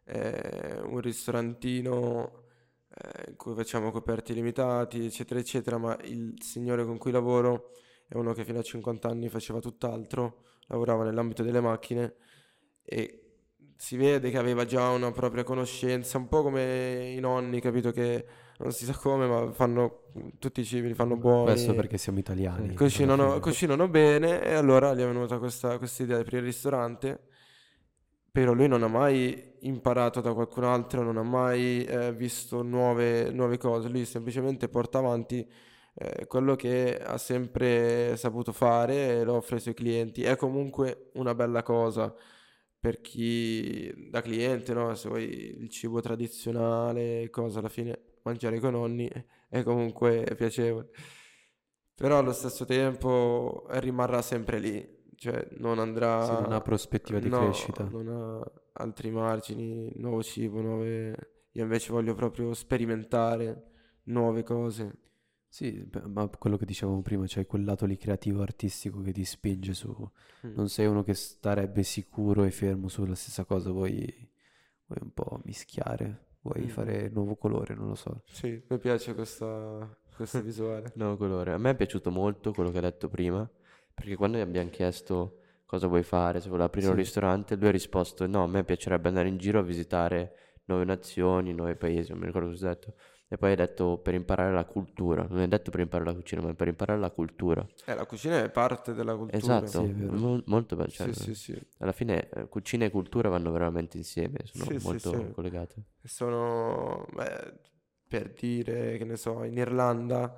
un ristorantino in cui facciamo coperti limitati, eccetera, eccetera, ma il signore con cui lavoro è uno che fino a 50 anni faceva tutt'altro, lavorava nell'ambito delle macchine e si vede che aveva già una propria conoscenza, un po' come i nonni, capito? Che non si sa come, ma fanno tutti i cibi, li fanno Questo buoni, perché siamo Sì. italiani, alla cucinano, fine. cucinano bene e allora gli è venuta questa idea di aprire il ristorante. Però lui non ha mai imparato da qualcun altro, non ha mai visto nuove cose, lui semplicemente porta avanti quello che ha sempre saputo fare e lo offre ai suoi clienti. È comunque una bella cosa per chi da cliente, no? Se vuoi il cibo tradizionale, cosa, alla fine mangiare con i nonni è comunque piacevole. Però allo stesso tempo rimarrà sempre lì, cioè non Sì, non andrà, ha prospettiva di no, crescita. non ha altri margini, nuovo cibo, nuove... Io invece voglio proprio sperimentare nuove cose. Sì, ma quello che dicevamo prima, c'è quel lato lì creativo, artistico che ti spinge su. Non sei uno che starebbe sicuro e fermo sulla stessa cosa, vuoi un po' mischiare, vuoi fare nuovo colore, non lo so. Sì, mi piace questa visuale. Nuovo colore. A me è piaciuto molto quello che hai detto prima, perché quando gli abbiamo chiesto cosa vuoi fare, se vuole aprire un Sì. ristorante, lui ha risposto no, a me piacerebbe andare in giro a visitare nuove nazioni, nuovi paesi, non mi ricordo cosa ha detto. E poi hai detto per imparare la cultura, non hai detto per imparare la cucina, ma per imparare la cultura. La cucina è parte della cultura. Esatto, Sì, è vero. molto bello. Sì, sì, sì. Alla fine cucina e cultura vanno veramente insieme, sono Sì, sì, molto sì. collegate. Sono, per dire, che ne so, in Irlanda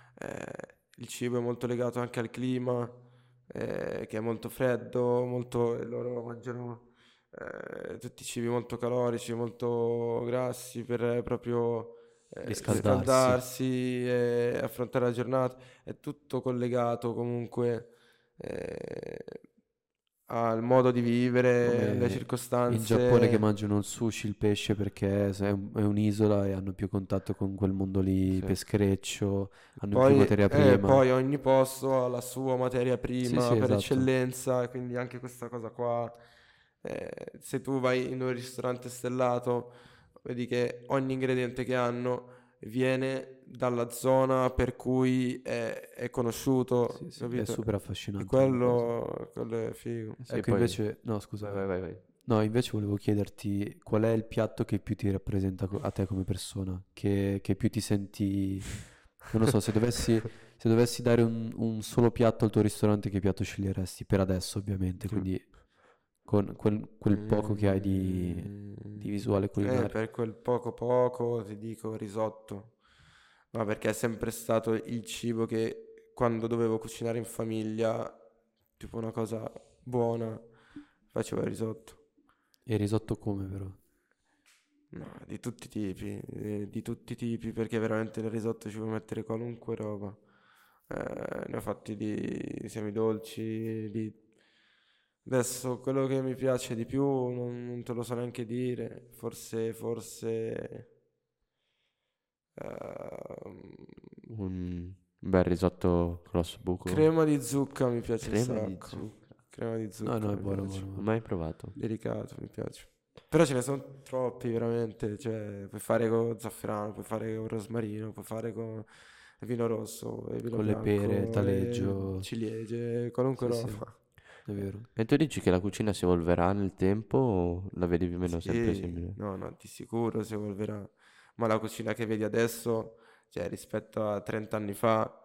il cibo è molto legato anche al clima, che è molto freddo, e loro mangiano tutti cibi molto calorici, molto grassi per proprio Riscaldarsi. riscaldarsi e affrontare la giornata. È tutto collegato comunque eh, al modo di vivere, alle Come in Giappone che circostanze. mangiano il sushi, il pesce, perché è un'isola e hanno più contatto con quel mondo lì, Sì. peschereccio, hanno più materia prima. Poi ogni posto ha la sua materia Sì, prima sì, per esatto. eccellenza, quindi anche questa cosa qua, se tu vai in un ristorante stellato, vedi che ogni ingrediente che hanno viene dalla zona per cui è conosciuto, Sì, sì, è capito? super E affascinante come cosa. quello è figo. Sì, Ecco, poi... invece, no, scusa, Vai, vai, vai, vai. no, invece volevo chiederti qual è il piatto che più ti rappresenta a te come persona, che più ti senti, non lo so, se dovessi dare un solo piatto al tuo ristorante, che piatto sceglieresti? Per adesso, ovviamente, quindi con quel poco che hai di visuale culinario. Per quel poco poco ti dico risotto, ma perché è sempre stato il cibo che quando dovevo cucinare in famiglia, tipo una cosa buona, facevo il risotto. E risotto come, però? No, di tutti i tipi, perché veramente nel risotto ci puoi mettere qualunque roba. Ne ho fatti di semidolci, di... Adesso quello che mi piace di più non te lo so neanche dire, forse... ehm, Un bel risotto con l'ossobuco. crema di zucca mi piace un Crema di sacco. zucca. Crema di No, zucca no, è mi buono, piace. buono, Non ho buono. mai provato. Delicato, mi piace. Però ce ne sono troppi veramente, cioè puoi fare con zafferano, puoi fare con rosmarino, puoi fare con vino rosso, e vino Con le pere, il bianco, e taleggio. ciliegie, qualunque Sì, sì, roba. è vero. E tu dici che la cucina si evolverà nel tempo o la vedi più o meno sempre Sì, simile? no, no, di sicuro si evolverà. Ma la cucina che vedi adesso, cioè rispetto a 30 anni fa,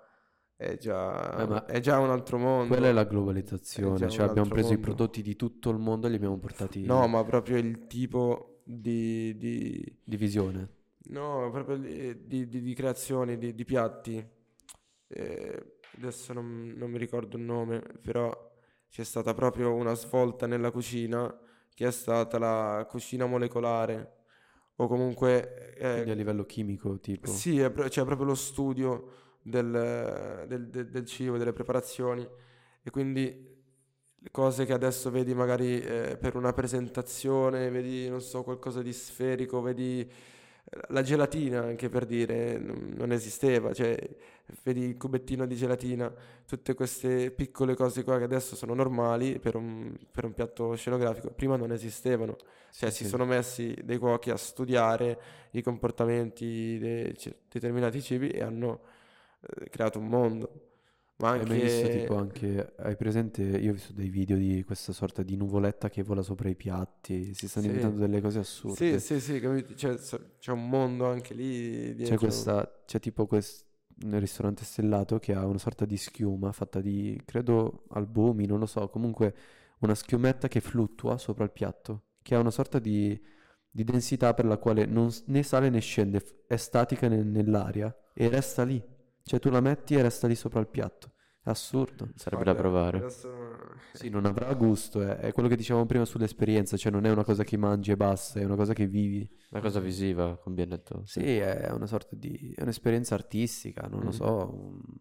Ma è già un altro quella è la mondo. È globalizzazione, già cioè un abbiamo altro preso i mondo. prodotti di tutto il mondo e li abbiamo No, portati ma proprio il tipo di... di visione. No, proprio di creazioni, di piatti. Adesso non mi ricordo il nome, però c'è stata proprio una svolta nella cucina che è stata la cucina molecolare. O comunque, Quindi a livello chimico, tipo. sì, c'è proprio lo studio del cibo, delle preparazioni. E quindi le cose che adesso vedi magari per una presentazione, vedi, non so, qualcosa di sferico, vedi la gelatina, anche per dire, non esisteva, cioè vedi il cubettino di gelatina, tutte queste piccole cose qua che adesso sono normali per un piatto scenografico, prima non esistevano, cioè Sì, si sì. sono messi dei cuochi a studiare i comportamenti di determinati cibi e hanno creato un mondo. Ma Hai mai visto tipo anche... anche, hai presente, io ho visto dei video di questa sorta di nuvoletta che vola sopra i piatti, si stanno Sì, inventando delle cose sì, assurde. sì, sì, capito? Cioè, c'è un mondo anche lì C'è dietro. questa, c'è tipo nel ristorante stellato che ha una sorta di schiuma fatta di, credo, albumi, non lo so, comunque una schiumetta che fluttua sopra il piatto, che ha una sorta di densità per la quale né sale né scende, è statica nell'aria e resta lì. Cioè tu la metti e resta lì sopra il piatto. È assurdo. Sarebbe da Guarda, provare. adesso... Sì, non avrà gusto, è quello che dicevamo prima sull'esperienza, cioè non è una cosa che mangi e basta, è una cosa che vivi. Una cosa visiva, come abbiamo detto. Sì, è una sorta è un'esperienza artistica, non lo Mm. so,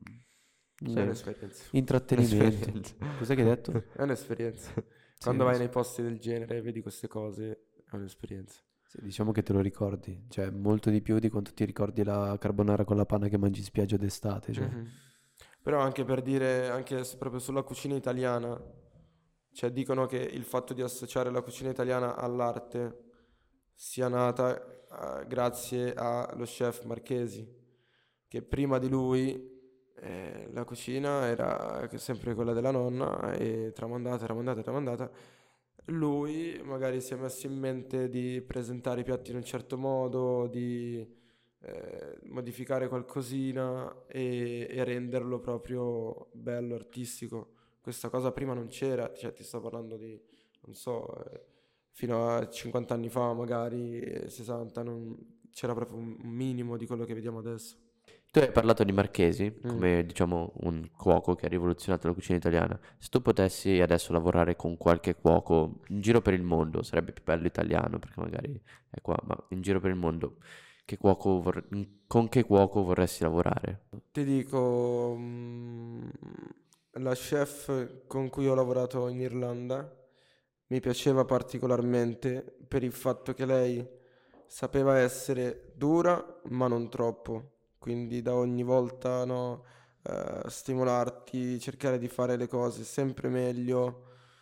È un un'esperienza. intrattenimento. Un'esperienza. Cos'è che hai detto? È un'esperienza. Sì, Quando non vai so. nei posti del genere e vedi queste cose, è un'esperienza. Sì, diciamo che te lo ricordi, cioè molto di più di quanto ti ricordi la carbonara con la panna che mangi in spiaggia d'estate, cioè. Mhm. Però anche per dire, anche proprio sulla cucina italiana, cioè dicono che il fatto di associare la cucina italiana all'arte sia nata grazie allo chef Marchesi, che prima di lui la cucina era sempre quella della nonna e tramandata, tramandata, tramandata. Lui magari si è messo in mente di presentare i piatti in un certo modo, di modificare qualcosina e renderlo proprio bello, artistico. Questa cosa prima non c'era, cioè ti sto parlando di, non so, fino a 50 anni fa, magari 60, non c'era proprio un minimo di quello che vediamo adesso. Tu hai parlato di Marchesi Mm. come, diciamo, un cuoco che ha rivoluzionato la cucina italiana. Se tu potessi adesso lavorare con qualche cuoco in giro per il mondo, sarebbe più bello italiano perché magari è qua, ma in giro per il mondo, con che cuoco vorresti lavorare? Ti dico, la chef con cui ho lavorato in Irlanda mi piaceva particolarmente per il fatto che lei sapeva essere dura, ma non troppo. Quindi da ogni volta, no, stimolarti, cercare di fare le cose sempre meglio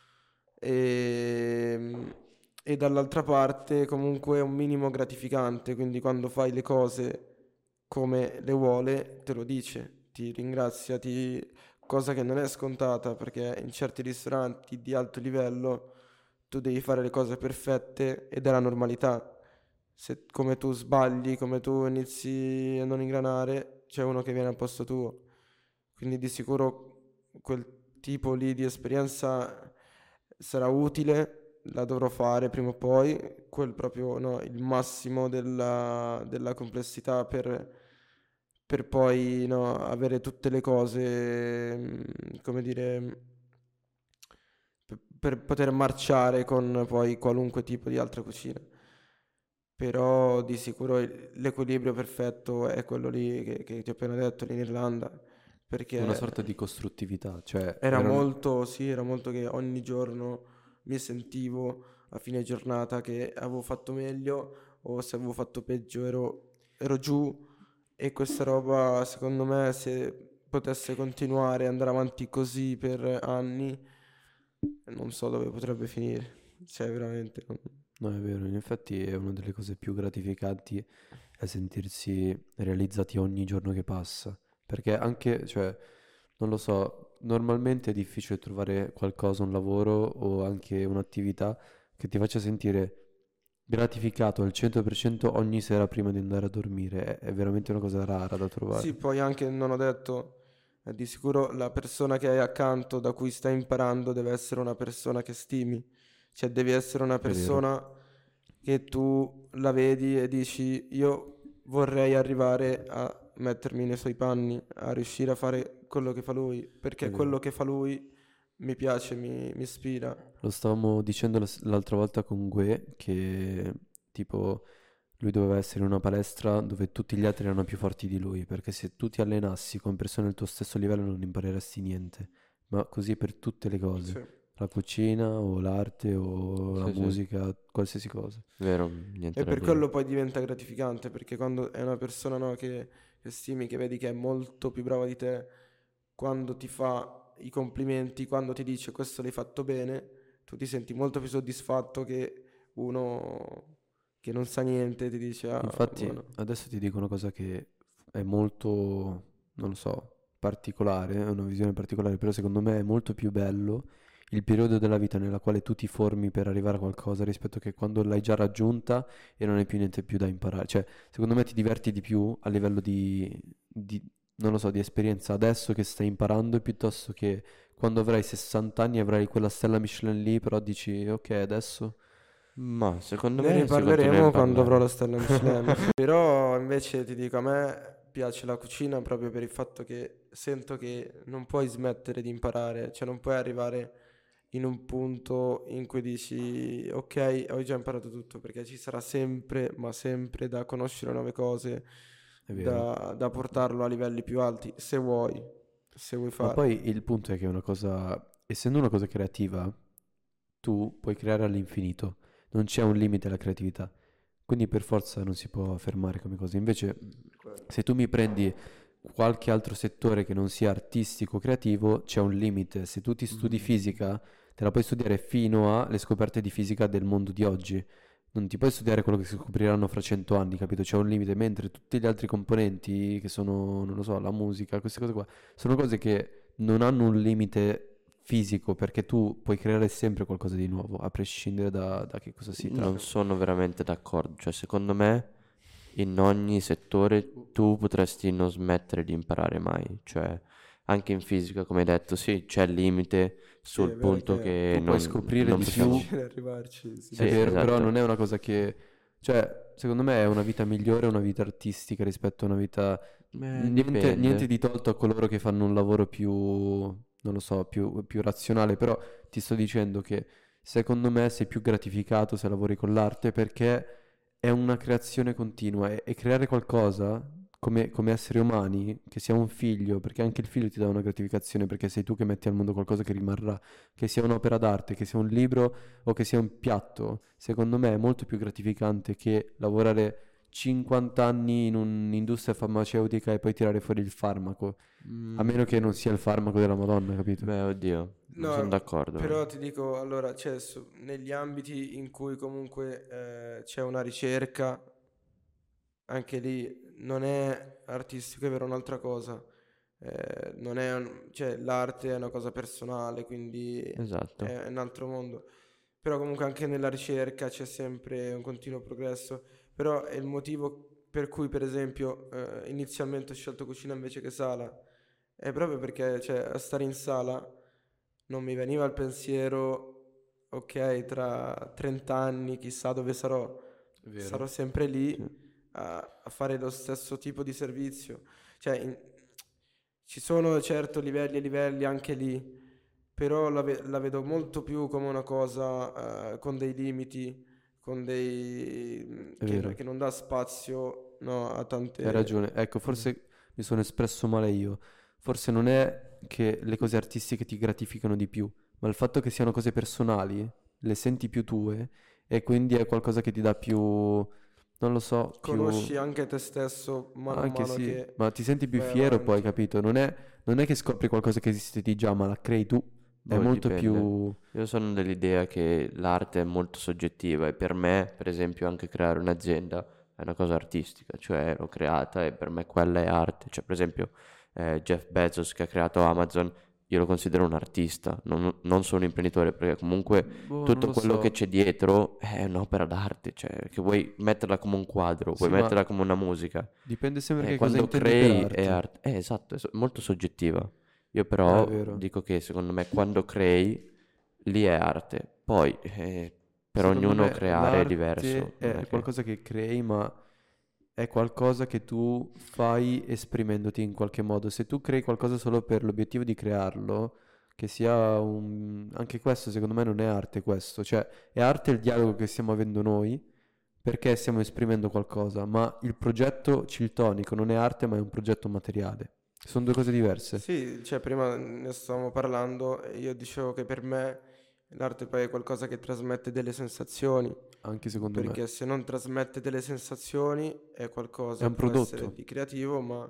e, e dall'altra parte comunque è un minimo gratificante, quindi quando fai le cose come le vuole, te lo dice, ti ringrazia, cosa che non è scontata perché in certi ristoranti di alto livello tu devi fare le cose perfette ed è la normalità. Se come tu sbagli, come tu inizi a non ingranare, c'è uno che viene al posto tuo. Quindi di sicuro quel tipo lì di esperienza sarà utile, la dovrò fare prima o poi, quel proprio no, il massimo della complessità per poi no, avere tutte le cose, come dire, per poter marciare con poi qualunque tipo di altra cucina. Però di sicuro l'equilibrio perfetto è quello lì che ti ho appena detto, lì in Irlanda, Una perché sorta di costruttività, cioè era erano. molto, sì, era molto che ogni giorno mi sentivo a fine giornata che avevo fatto meglio o se avevo fatto peggio ero giù e questa roba secondo me se potesse continuare e andare avanti così per anni non so dove potrebbe finire. Cioè veramente No, è vero, in effetti è una delle cose più gratificanti è sentirsi realizzati ogni giorno che passa, perché anche, cioè, non lo so, normalmente è difficile trovare qualcosa, un lavoro o anche un'attività che ti faccia sentire gratificato al 100% ogni sera prima di andare a dormire, è veramente una cosa rara da sì, trovare. poi anche non ho detto di sicuro la persona che hai accanto da cui stai imparando deve essere una persona che stimi, cioè devi essere una È vero, persona che tu la vedi e dici io vorrei arrivare a mettermi nei suoi panni, a riuscire a fare quello che fa lui, è perché vero. quello che fa lui mi piace, mi ispira. Lo stavamo dicendo l'altra volta con Gue che tipo lui doveva essere in una palestra dove tutti gli altri erano più forti di lui, perché se tu ti allenassi con persone del tuo stesso livello non impareresti niente, ma così per tutte le cose, Sì. la cucina o l'arte o la Sì, sì, musica, qualsiasi cosa. vero, niente E da per dire. quello poi diventa gratificante, perché quando è una persona no, che stimi, che vedi che è molto più brava di te, quando ti fa i complimenti, quando ti dice questo l'hai fatto bene, tu ti senti molto più soddisfatto che uno che non sa niente ti dice ah, Infatti buono. adesso ti dico una cosa che è molto, non lo so, particolare, è una visione particolare, però secondo me è molto più bello il periodo della vita nella quale tu ti formi per arrivare a qualcosa rispetto che quando l'hai già raggiunta e non hai più niente più da imparare. Cioè, secondo me ti diverti di più a livello di, non lo so, di esperienza adesso che stai imparando piuttosto che quando avrai 60 anni e avrai quella stella Michelin lì, però dici ok, adesso. Ma secondo Ne me si continua a riparleremo quando avrò la imparare. stella Michelin. Però invece ti dico, a me piace la cucina proprio per il fatto che sento che non puoi smettere di imparare, cioè non puoi arrivare in un punto in cui dici ok, ho già imparato tutto, perché ci sarà sempre, ma sempre da conoscere nuove cose, È vero. da portarlo a livelli più alti, se vuoi Ma farlo. poi il punto è che è una cosa, essendo una cosa creativa, tu puoi creare all'infinito, non c'è un limite alla creatività. quindi per forza non si può fermare come cosa. Invece, se tu mi prendi qualche altro settore che non sia artistico, creativo, c'è un limite. Se tu ti studi fisica, te la puoi studiare fino alle scoperte di fisica del mondo di oggi. Non ti puoi studiare quello che si scopriranno fra 100 anni, capito? C'è un limite, mentre tutti gli altri componenti, che sono, non lo so, la musica, queste cose qua, sono cose che non hanno un limite fisico, perché tu puoi creare sempre qualcosa di nuovo, a prescindere da che cosa si tratta. Non sono veramente d'accordo, cioè secondo me in ogni settore tu potresti non smettere di imparare mai, cioè anche in fisica, come hai detto, sì, c'è il limite Sì, è sul vero punto che che Tu puoi scoprire non di possiamo... più. difficile arrivarci, sì. Sì, È vero, però esatto. non è una cosa che... Cioè, secondo me è una vita migliore, una vita artistica rispetto a una vita... Niente, niente Dipende. di tolto a coloro che fanno un lavoro più, non lo so, più razionale, però ti sto dicendo che secondo me sei più gratificato se lavori con l'arte perché è una creazione continua e creare qualcosa come esseri umani, che sia un figlio, perché anche il figlio ti dà una gratificazione perché sei tu che metti al mondo qualcosa che rimarrà, che sia un'opera d'arte, che sia un libro o che sia un piatto, secondo me è molto più gratificante che lavorare 50 anni in un'industria farmaceutica e poi tirare fuori il farmaco, a meno che non sia il farmaco della Madonna, capito? Beh, oddio, non sono No, d'accordo. però ti dico, allora, c'è negli ambiti in cui comunque c'è una ricerca, anche lì non è artistico, è vero, un'altra cosa. Non è cioè, l'arte è una cosa personale, quindi Esatto. è un altro mondo. Però comunque anche nella ricerca c'è sempre un continuo progresso. Però è il motivo per cui, per esempio, inizialmente ho scelto cucina invece che sala. È proprio perché, cioè, a stare in sala non mi veniva il pensiero, ok, tra 30 anni chissà dove sarò. È vero. Sarò sempre lì Sì. a fare lo stesso tipo di servizio. Cioè, ci sono certo livelli e livelli anche lì, però la vedo molto più come una cosa con dei limiti, con È vero. che non dà spazio, no, a Hai tante... ragione. Ecco, forse mi sono espresso male io. Forse non è che le cose artistiche ti gratificano di più, ma il fatto che siano cose personali, le senti più tue e quindi è qualcosa che ti dà più, non lo so, più... Conosci anche te stesso mano a Anche mano sì, che ma ti senti più vai fiero poi, avanti. capito? Non è che scopri qualcosa che esiste di già, ma la crei tu. È Boh, molto dipende. più... Io sono dell'idea che l'arte è molto soggettiva e per me, per esempio, anche creare un'azienda è una cosa artistica, cioè l'ho creata e per me quella è arte. Cioè, per esempio, Jeff Bezos che ha creato Amazon, io lo considero un artista, non solo un imprenditore, perché comunque Boh, non tutto lo quello che so. c'è dietro è un'opera d'arte, cioè che vuoi metterla come un quadro, Sì, vuoi ma metterla come una musica. dipende sempre E che cosa quando intendi per crei è arte. arte. Esatto, molto soggettiva. Io È però vero. dico che secondo me quando crei, lì è arte. Poi per Secondo ognuno me creare è diverso. l'arte Non è è che... qualcosa che crei, ma è qualcosa che tu fai esprimendoti in qualche modo. Se tu crei qualcosa solo per l'obiettivo di crearlo, che sia un... Anche questo secondo me non è arte questo. Cioè, è arte il dialogo che stiamo avendo noi, perché stiamo esprimendo qualcosa, ma il progetto ciltonico non è arte, ma è un progetto materiale. Sono due cose diverse. Sì, cioè prima ne stavamo parlando e io dicevo che per me l'arte poi è qualcosa che trasmette delle sensazioni, Anche secondo me. perché se non trasmette delle sensazioni è È qualcosa, un può essere prodotto. di creativo, ma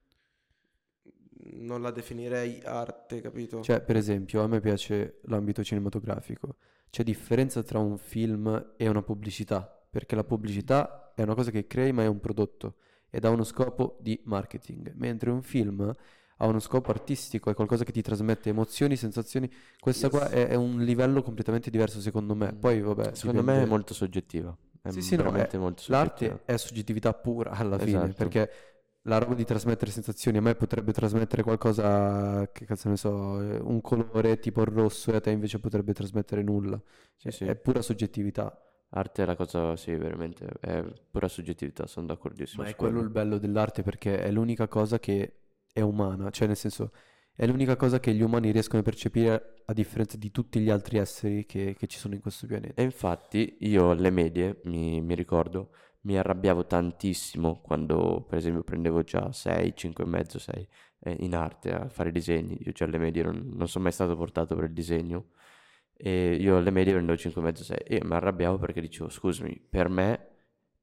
non la definirei arte, capito? Cioè, per esempio, a me piace l'ambito cinematografico. C'è differenza tra un film e una pubblicità, perché la pubblicità è una cosa che crei, ma è un prodotto ed ha uno scopo di marketing, mentre un film ha uno scopo artistico, è qualcosa che ti trasmette emozioni, sensazioni. Questa qua Yes. è un livello completamente diverso secondo me. Poi, vabbè, Secondo me è dipende. molto soggettiva. È Sì, sì, no, veramente molto soggettiva. l'arte è soggettività pura alla fine, Esatto. perché la roba di trasmettere sensazioni a me potrebbe trasmettere qualcosa, che cazzo ne so, un colore tipo il rosso e a te invece potrebbe trasmettere nulla. Sì, sì. È pura soggettività, Arte è la cosa, sì, veramente, è pura soggettività, sono d'accordissimo ma è su quello quello. il bello dell'arte perché è l'unica cosa che è umana, cioè nel senso è l'unica cosa che gli umani riescono a percepire a differenza di tutti gli altri esseri che ci sono in questo pianeta. E infatti io alle medie, mi ricordo, mi arrabbiavo tantissimo quando per esempio prendevo già 6, 5 e mezzo, 6 in arte a fare disegni. Io già alle medie non sono mai stato portato per il disegno e io alle medie prendevo 5 e mezzo, 6 e io mi arrabbiavo perché dicevo scusami, per me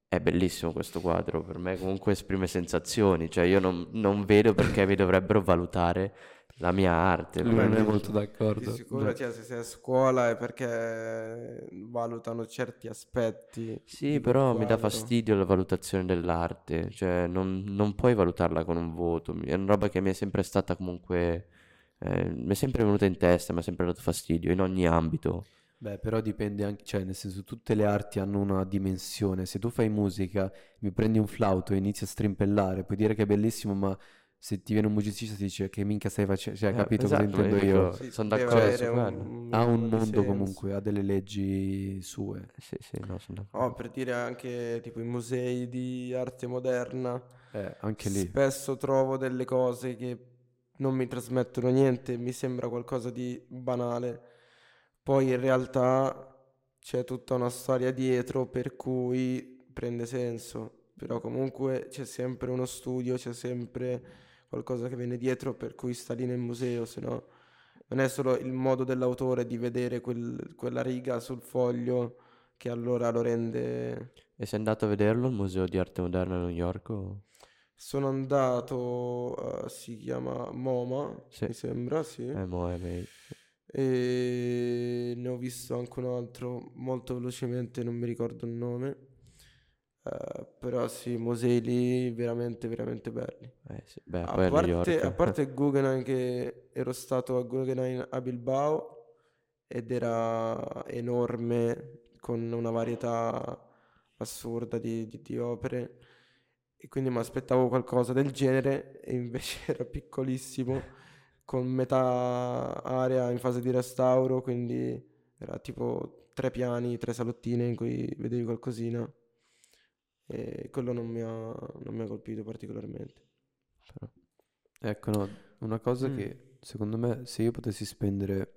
È bellissimo questo quadro, per me comunque esprime sensazioni, cioè io non vedo perché mi dovrebbero valutare la mia arte. Lui Vabbè, non è di- molto Di d'accordo. sicuro, cioè, se sei a scuola è perché valutano certi aspetti Sì, di quel però mi dà quadro. fastidio la valutazione dell'arte, cioè non puoi valutarla con un voto, è una roba che mi è sempre stata comunque, mi è sempre venuta in testa, mi ha sempre dato fastidio in ogni ambito. Beh, però dipende anche, cioè, nel senso, tutte le arti hanno una dimensione. Se tu fai musica, mi prendi un flauto e inizi a strimpellare, puoi dire che è bellissimo, ma se ti viene un musicista e ti dice che minchia stai facendo, cioè, capito cosa Esatto, ma io intendo io? dico, Sì, sono deve d'accordo Cioè, su avere quello. un ha un minimo di mondo senso. comunque, ha delle leggi sue. Sì, sì, no, sono Oh, d'accordo. per dire anche tipo i musei di arte moderna, Anche lì. spesso trovo delle cose che non mi trasmettono niente, mi sembra qualcosa di banale. Poi in realtà c'è tutta una storia dietro per cui prende senso, però comunque c'è sempre uno studio, c'è sempre qualcosa che viene dietro per cui sta lì nel museo, se no non è solo il modo dell'autore di vedere quella riga sul foglio che allora lo rende. E sei andato a vederlo al Museo di Arte Moderna a New York? Sono andato, si chiama MoMA, Sì, mi sembra, sì. Moe, E ne ho visto anche un altro molto velocemente, non mi ricordo il nome. Però sì, musei lì veramente, veramente belli. sì. Beh, A poi a New parte, a York. parte il Guggenheim, che ero stato a Guggenheim a Bilbao ed era enorme, con una varietà assurda di opere, e quindi mi aspettavo qualcosa del genere e invece era piccolissimo, con metà area in fase di restauro, quindi era tipo 3 piani, 3 salottine in cui vedevi qualcosina, e quello non mi ha colpito particolarmente. Però. Ecco, no, una cosa Mm. che secondo me se io potessi spendere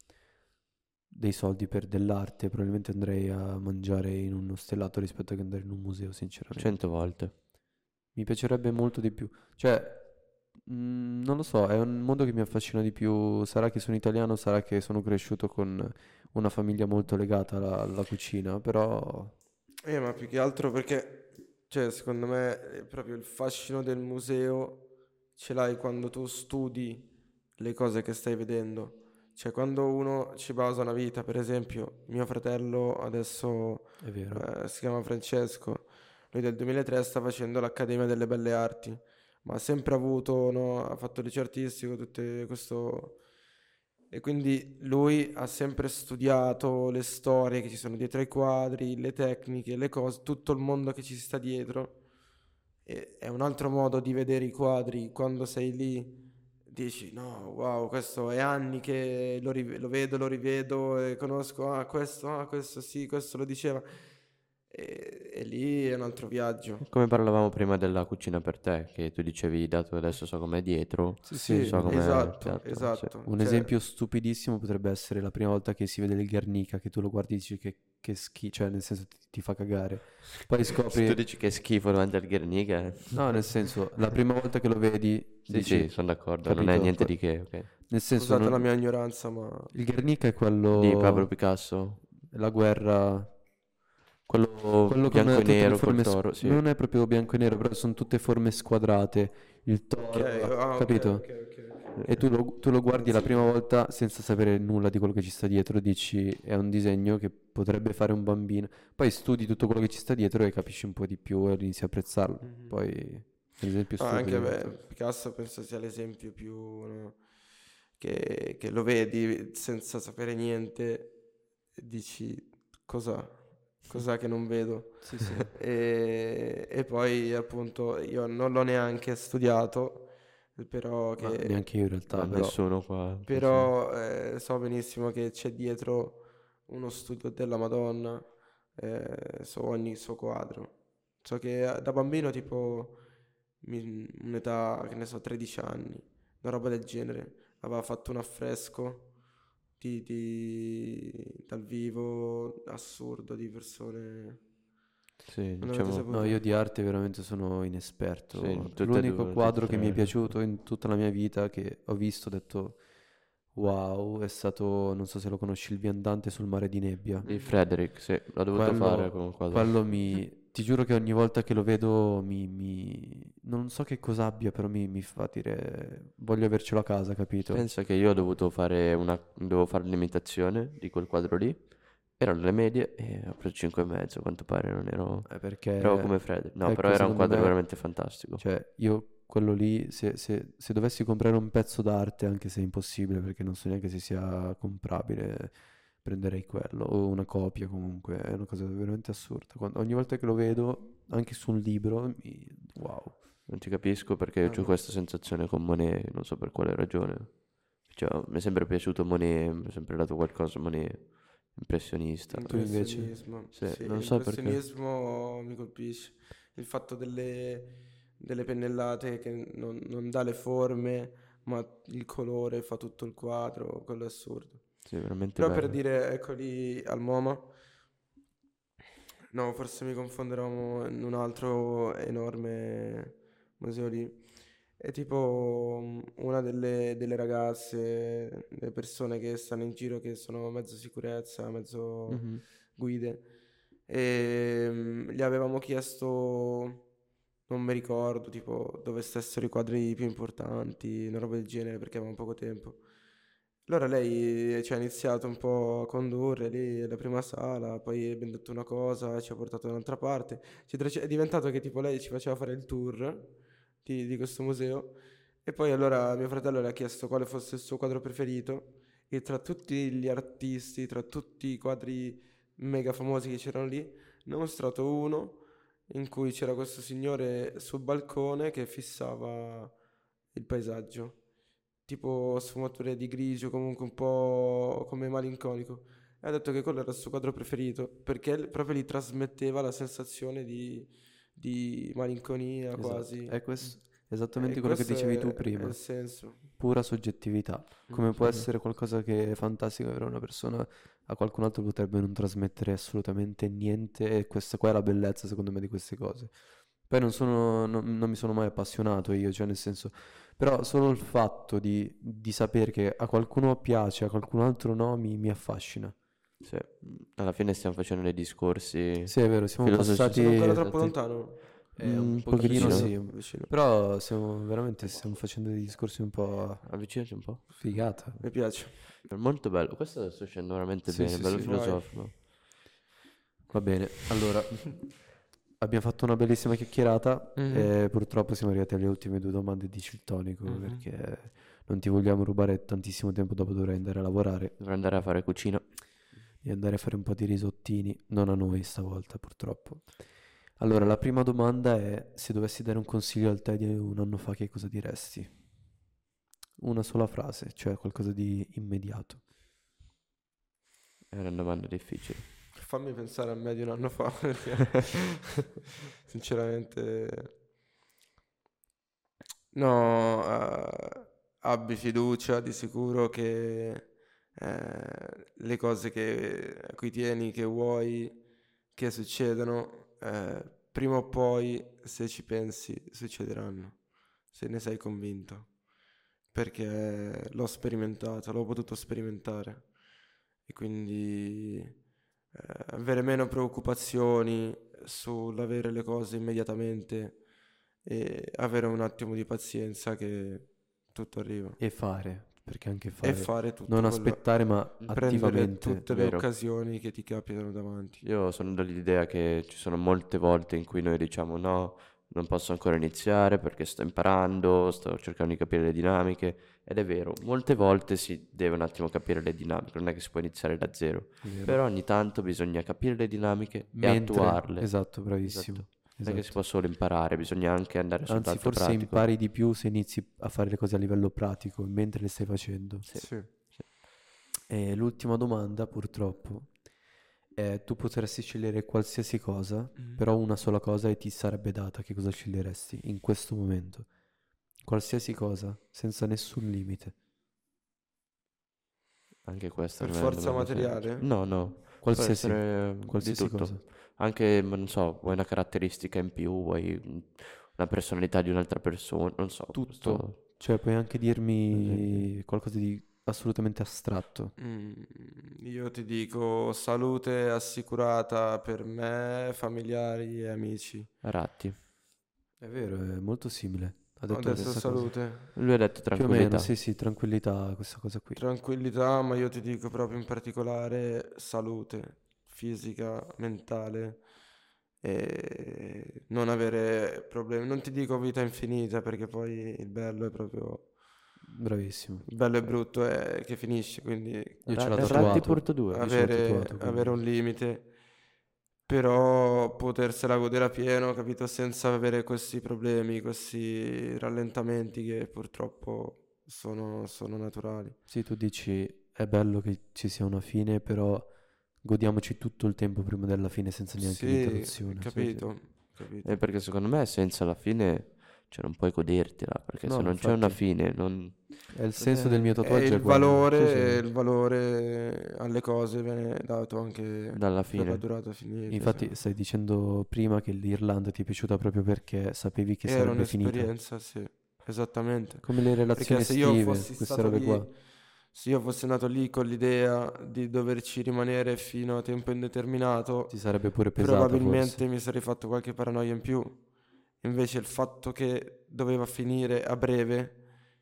dei soldi per dell'arte, probabilmente andrei a mangiare in uno stellato rispetto che andare in un museo, sinceramente. 100 volte. Mi piacerebbe molto di più. Cioè, non lo so, è un mondo che mi affascina di più. Sarà che sono italiano, sarà che sono cresciuto con una famiglia molto legata alla cucina, però... Ma più che altro perché, cioè, secondo me, proprio il fascino del museo ce l'hai quando tu studi le cose che stai vedendo. Cioè, quando uno ci basa una vita, per esempio, mio fratello adesso È vero. si chiama Francesco, lui del 2003 sta facendo l'Accademia delle Belle Arti, ma ha sempre avuto, no, ha fatto liceo artistico, tutto questo. E quindi lui ha sempre studiato le storie che ci sono dietro ai quadri, le tecniche, le cose, tutto il mondo che ci sta dietro. E è un altro modo di vedere i quadri. Quando sei lì dici, no, wow, questo è anni che lo vedo, lo rivedo e conosco, questo sì, questo lo diceva. E lì è un altro viaggio. Come parlavamo prima della cucina per te, che tu dicevi, dato adesso so com'è dietro, Sì, sì. Sì, so com'è il esatto, piatto. Sì. esatto. Un Cioè, esempio stupidissimo potrebbe essere la prima volta che si vede il Guernica, che tu lo guardi e dici che schifo, cioè nel senso ti fa cagare. Poi Se tu scopri, dici che è schifo davanti al Guernica, no, nel senso, la prima volta che lo vedi sì, dici, sì, sono d'accordo, non è capito? niente Poi- di che, ok. nel senso, scusate la mia ignoranza, ma il Guernica è Di Pablo quello, Picasso, la guerra, quello quello con bianco e tutte le nero col forme, toro, sì. non è proprio bianco e nero, però sono tutte forme squadrate, il ok, toro, ok, capito? ok. E tu lo guardi la prima volta senza sapere nulla di quello che ci sta dietro, dici è un disegno che potrebbe fare un bambino. Poi studi tutto quello che ci sta dietro e capisci un po' di più e inizi a apprezzarlo. Mhm. Poi, ad esempio, No, anche stupido. Picasso penso sia l'esempio più, no, che lo vedi senza sapere niente e dici cos'ha che non vedo. Sì, sì. E poi appunto io non l'ho neanche studiato, però Ma che neanche io in realtà, però. Nessuno qua, penso. però so benissimo che c'è dietro uno studio della Madonna su ogni suo quadro. So che da bambino tipo un'età, che ne so, 13 anni, una roba del genere, aveva fatto un affresco dal vivo assurdo di persone. Sì, Non avete diciamo, saputo? No, io di arte veramente sono inesperto. sì, tutte e L'unico due, tutte quadro e che mi è tre. piaciuto in tutta la mia vita, che ho visto, ho detto wow, è stato, non so se lo conosci, Il viandante sul mare di nebbia. Di Frederick, sì, l'ho dovuto fare con un Quello, quadro. quello ti giuro che ogni volta che lo vedo non so che cosa abbia, però mi fa dire voglio avercelo a casa, capito? Pensa che io ho dovuto dovevo fare l'imitazione di quel quadro lì. Erano le medie e ho preso 5,5, a quanto pare non ero come Perché Fred. No, ecco, però era un secondo quadro me, veramente fantastico. cioè io quello lì, se dovessi comprare un pezzo d'arte, anche se è impossibile perché non so neanche se sia comprabile, prenderei quello o una copia comunque, è una cosa veramente assurda. Ogni volta che lo vedo, anche su un libro, wow. Non ti capisco perché ho questa sensazione con Monet, non so per quale ragione. Cioè, mi è sempre piaciuto Monet, mi è sempre dato qualcosa Monet, impressionista. Tu invece? L'impressionismo. Sì, Sì, non so perché. l'impressionismo mi colpisce. Il fatto delle pennellate che non dà le forme, ma il colore fa tutto il quadro, quello è assurdo. Sì, veramente Però per bello. dire, eccoli al MoMA, no, forse mi confonderò in un altro enorme museo lì. È tipo una delle ragazze, delle persone che stanno in giro che sono mezzo sicurezza, mezzo Mhm. guide. E gli avevamo chiesto, non mi ricordo, tipo dove stessero i quadri più importanti, una roba del genere, perché avevamo poco tempo. Allora lei ci ha iniziato un po' a condurre lì alla prima sala, poi abbiamo detto una cosa, ci ha portato da un'altra parte. È diventato che tipo lei ci faceva fare il tour di questo museo e poi allora mio fratello le ha chiesto quale fosse il suo quadro preferito e tra tutti gli artisti, tra tutti i quadri mega famosi che c'erano lì, ne ha mostrato uno in cui c'era questo signore sul balcone che fissava il paesaggio, tipo sfumature di grigio, comunque un po' come malinconico. E ha detto che quello era il suo quadro preferito perché proprio gli trasmetteva la sensazione di malinconia Esatto, quasi. è esattamente E quello che questo dicevi tu è il prima, senso. pura soggettività. Come può Mhm. essere qualcosa che è fantastico per una persona, a qualcun altro potrebbe non trasmettere assolutamente niente e questa qua è la bellezza secondo me di queste cose. Poi non mi sono mai appassionato io, cioè nel senso, però solo il fatto di sapere che a qualcuno piace, a qualcun altro no, mi affascina. Sì, alla fine stiamo facendo dei discorsi Sì, è vero, siamo filosofici. Sono ancora passati troppo esatti. lontano? un pochino Pochettino. sì, Vicino. però stiamo facendo dei discorsi un po' Avvicinati un po'. figata. Mi piace. Molto bello. Questo sto uscendo veramente Sì, bene, sì, bello sì. filosofico. Va bene, allora abbiamo fatto una bellissima chiacchierata e purtroppo siamo arrivati alle ultime due domande di Ciltonico perché non ti vogliamo rubare tantissimo tempo, dopo dovrai andare a lavorare Dovrei andare a fare cucina. e andare a fare un po' di risottini, non a noi stavolta purtroppo. Allora, la prima domanda è: se dovessi dare un consiglio al te di un anno fa, che cosa diresti? Una sola frase, cioè qualcosa di immediato. È una domanda difficile. Fammi pensare a me di un anno fa, perché sinceramente no, abbi fiducia di sicuro che le cose a cui tieni, che vuoi che succedano, prima o poi, se ci pensi, succederanno, se ne sei convinto, perché l'ho sperimentato, l'ho potuto sperimentare e quindi avere meno preoccupazioni sull'avere le cose immediatamente e avere un attimo di pazienza che tutto arriva. E fare, perché anche E fare. fare tutto Non quello, aspettare, ma prendere attivamente. tutte le Vero. occasioni che ti capitano davanti. Io sono dell'idea che ci sono molte volte in cui noi diciamo no, non posso ancora iniziare perché sto imparando, sto cercando di capire le dinamiche. Ed è vero, molte volte si deve un attimo capire le dinamiche, non è che si può iniziare da zero. Vero. Però ogni tanto bisogna capire le dinamiche e Mentre, attuarle. esatto, bravissimo. Esatto. Non è che si Esatto. può solo imparare, bisogna anche andare sul Anzi, lato forse pratico. impari di più se inizi a fare le cose a livello pratico mentre le stai facendo. Sì. Sì. E l'ultima domanda, purtroppo, è: tu potresti scegliere qualsiasi cosa, però una sola cosa e ti sarebbe data, che cosa sceglieresti in questo momento? Qualsiasi cosa, senza nessun limite. Anche questa Per non è una forza domanda semplice. materiale? No, no, può Qualsiasi, essere di qualsiasi tutto. cosa. Anche, ma non so, vuoi una caratteristica in più, vuoi una personalità di un'altra persona, non so. Tutto. Cioè, puoi anche dirmi qualcosa di assolutamente astratto. Io ti dico salute assicurata per me, familiari e amici. Ratti. È vero, è molto simile. Ha Ho detto la detto stessa cosa. salute, Lui ha detto Più o tranquillità. meno, sì, tranquillità, questa cosa qui. tranquillità, ma io ti dico proprio in particolare salute fisica, mentale e non avere problemi. Non ti dico vita infinita perché poi il bello è proprio... Bravissimo. Il bello e brutto è che finisce, quindi Io ce l'ho Ratti tatuato. Porto 2. Io ce l'ho tatuato, avere un quindi... limite, però potersela godere a pieno, capito? Senza avere questi problemi, questi rallentamenti che purtroppo sono naturali. Sì, tu dici è bello che ci sia una fine, però godiamoci tutto il tempo prima della fine senza neanche Sì, un'interruzione. capito, capito. Perché secondo me senza la fine, cioè non puoi godertela, perché se No, non c'è una infatti, fine, non... è il senso del mio È tatuaggio è quello. Sì, sì. il valore alle cose viene dato anche Dalla per la fine. durata finita. Infatti Cioè. stai dicendo prima che l'Irlanda ti è piaciuta proprio perché sapevi che Era sarebbe finita. un'esperienza, sì, esattamente. Come le relazioni Perché se io estive, fossi queste stato robe lì, qua. se io fossi andato lì con l'idea di doverci rimanere fino a tempo indeterminato, Ti sarebbe pure pesata probabilmente forse. mi sarei fatto qualche paranoia in più. Invece il fatto che doveva finire a breve,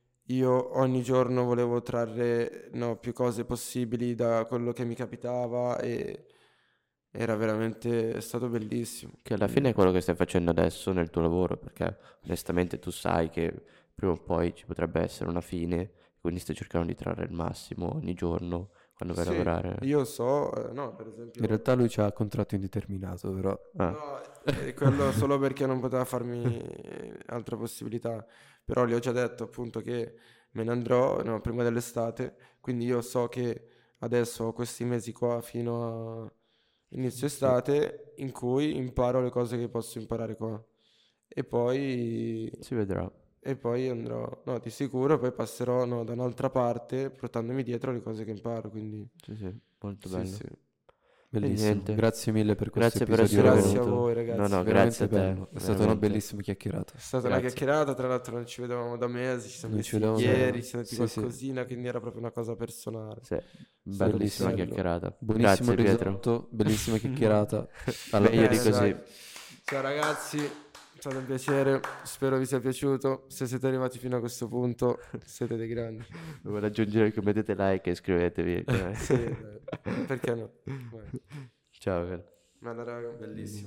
io ogni giorno volevo trarre più cose possibili da quello che mi capitava e era veramente è stato bellissimo. Che alla fine è quello che stai facendo adesso nel tuo lavoro, perché onestamente tu sai che prima o poi ci potrebbe essere una fine, quindi stai cercando di trarre il massimo ogni giorno quando vai a Sì, lavorare. io so, no, per In esempio... realtà lui c'ha contratto indeterminato, però. Ah, No, quello solo perché non poteva farmi altra possibilità. Però gli ho già detto appunto che me ne andrò, no, prima dell'estate, quindi io so che adesso ho questi mesi qua fino a inizio estate in cui imparo le cose che posso imparare qua. E poi, si vedrà. e poi andrò, no, di sicuro, poi passerò no, da un'altra parte portandomi dietro le cose che imparo, quindi Sì, sì, molto sì, bello. sì. Bellissimo. niente. Grazie mille per questo Grazie per episodio essere Grazie a venuto. voi No, ragazzi. no, veramente grazie a te. bello. È stata una veramente. bellissima chiacchierata. È stata una Grazie. chiacchierata, tra l'altro non ci vedevamo da mesi, ci siamo Non ci visti vedevamo da- ieri, ci siamo detti Sì, sì. qualcosina, quindi era proprio una cosa personale. Sì, bellissima bello. chiacchierata. Buonissimo Grazie Pietro. risotto, bellissima chiacchierata. Alla Meglio di prossima. così. Dai. Ciao ragazzi, è stato un piacere, spero vi sia piaciuto. Se siete arrivati fino a questo punto, siete dei grandi. Vuoi aggiungere che mettete like e iscrivetevi. Sì, dai. Perché no? Vai. Ciao. Bella raga. Bellissimo.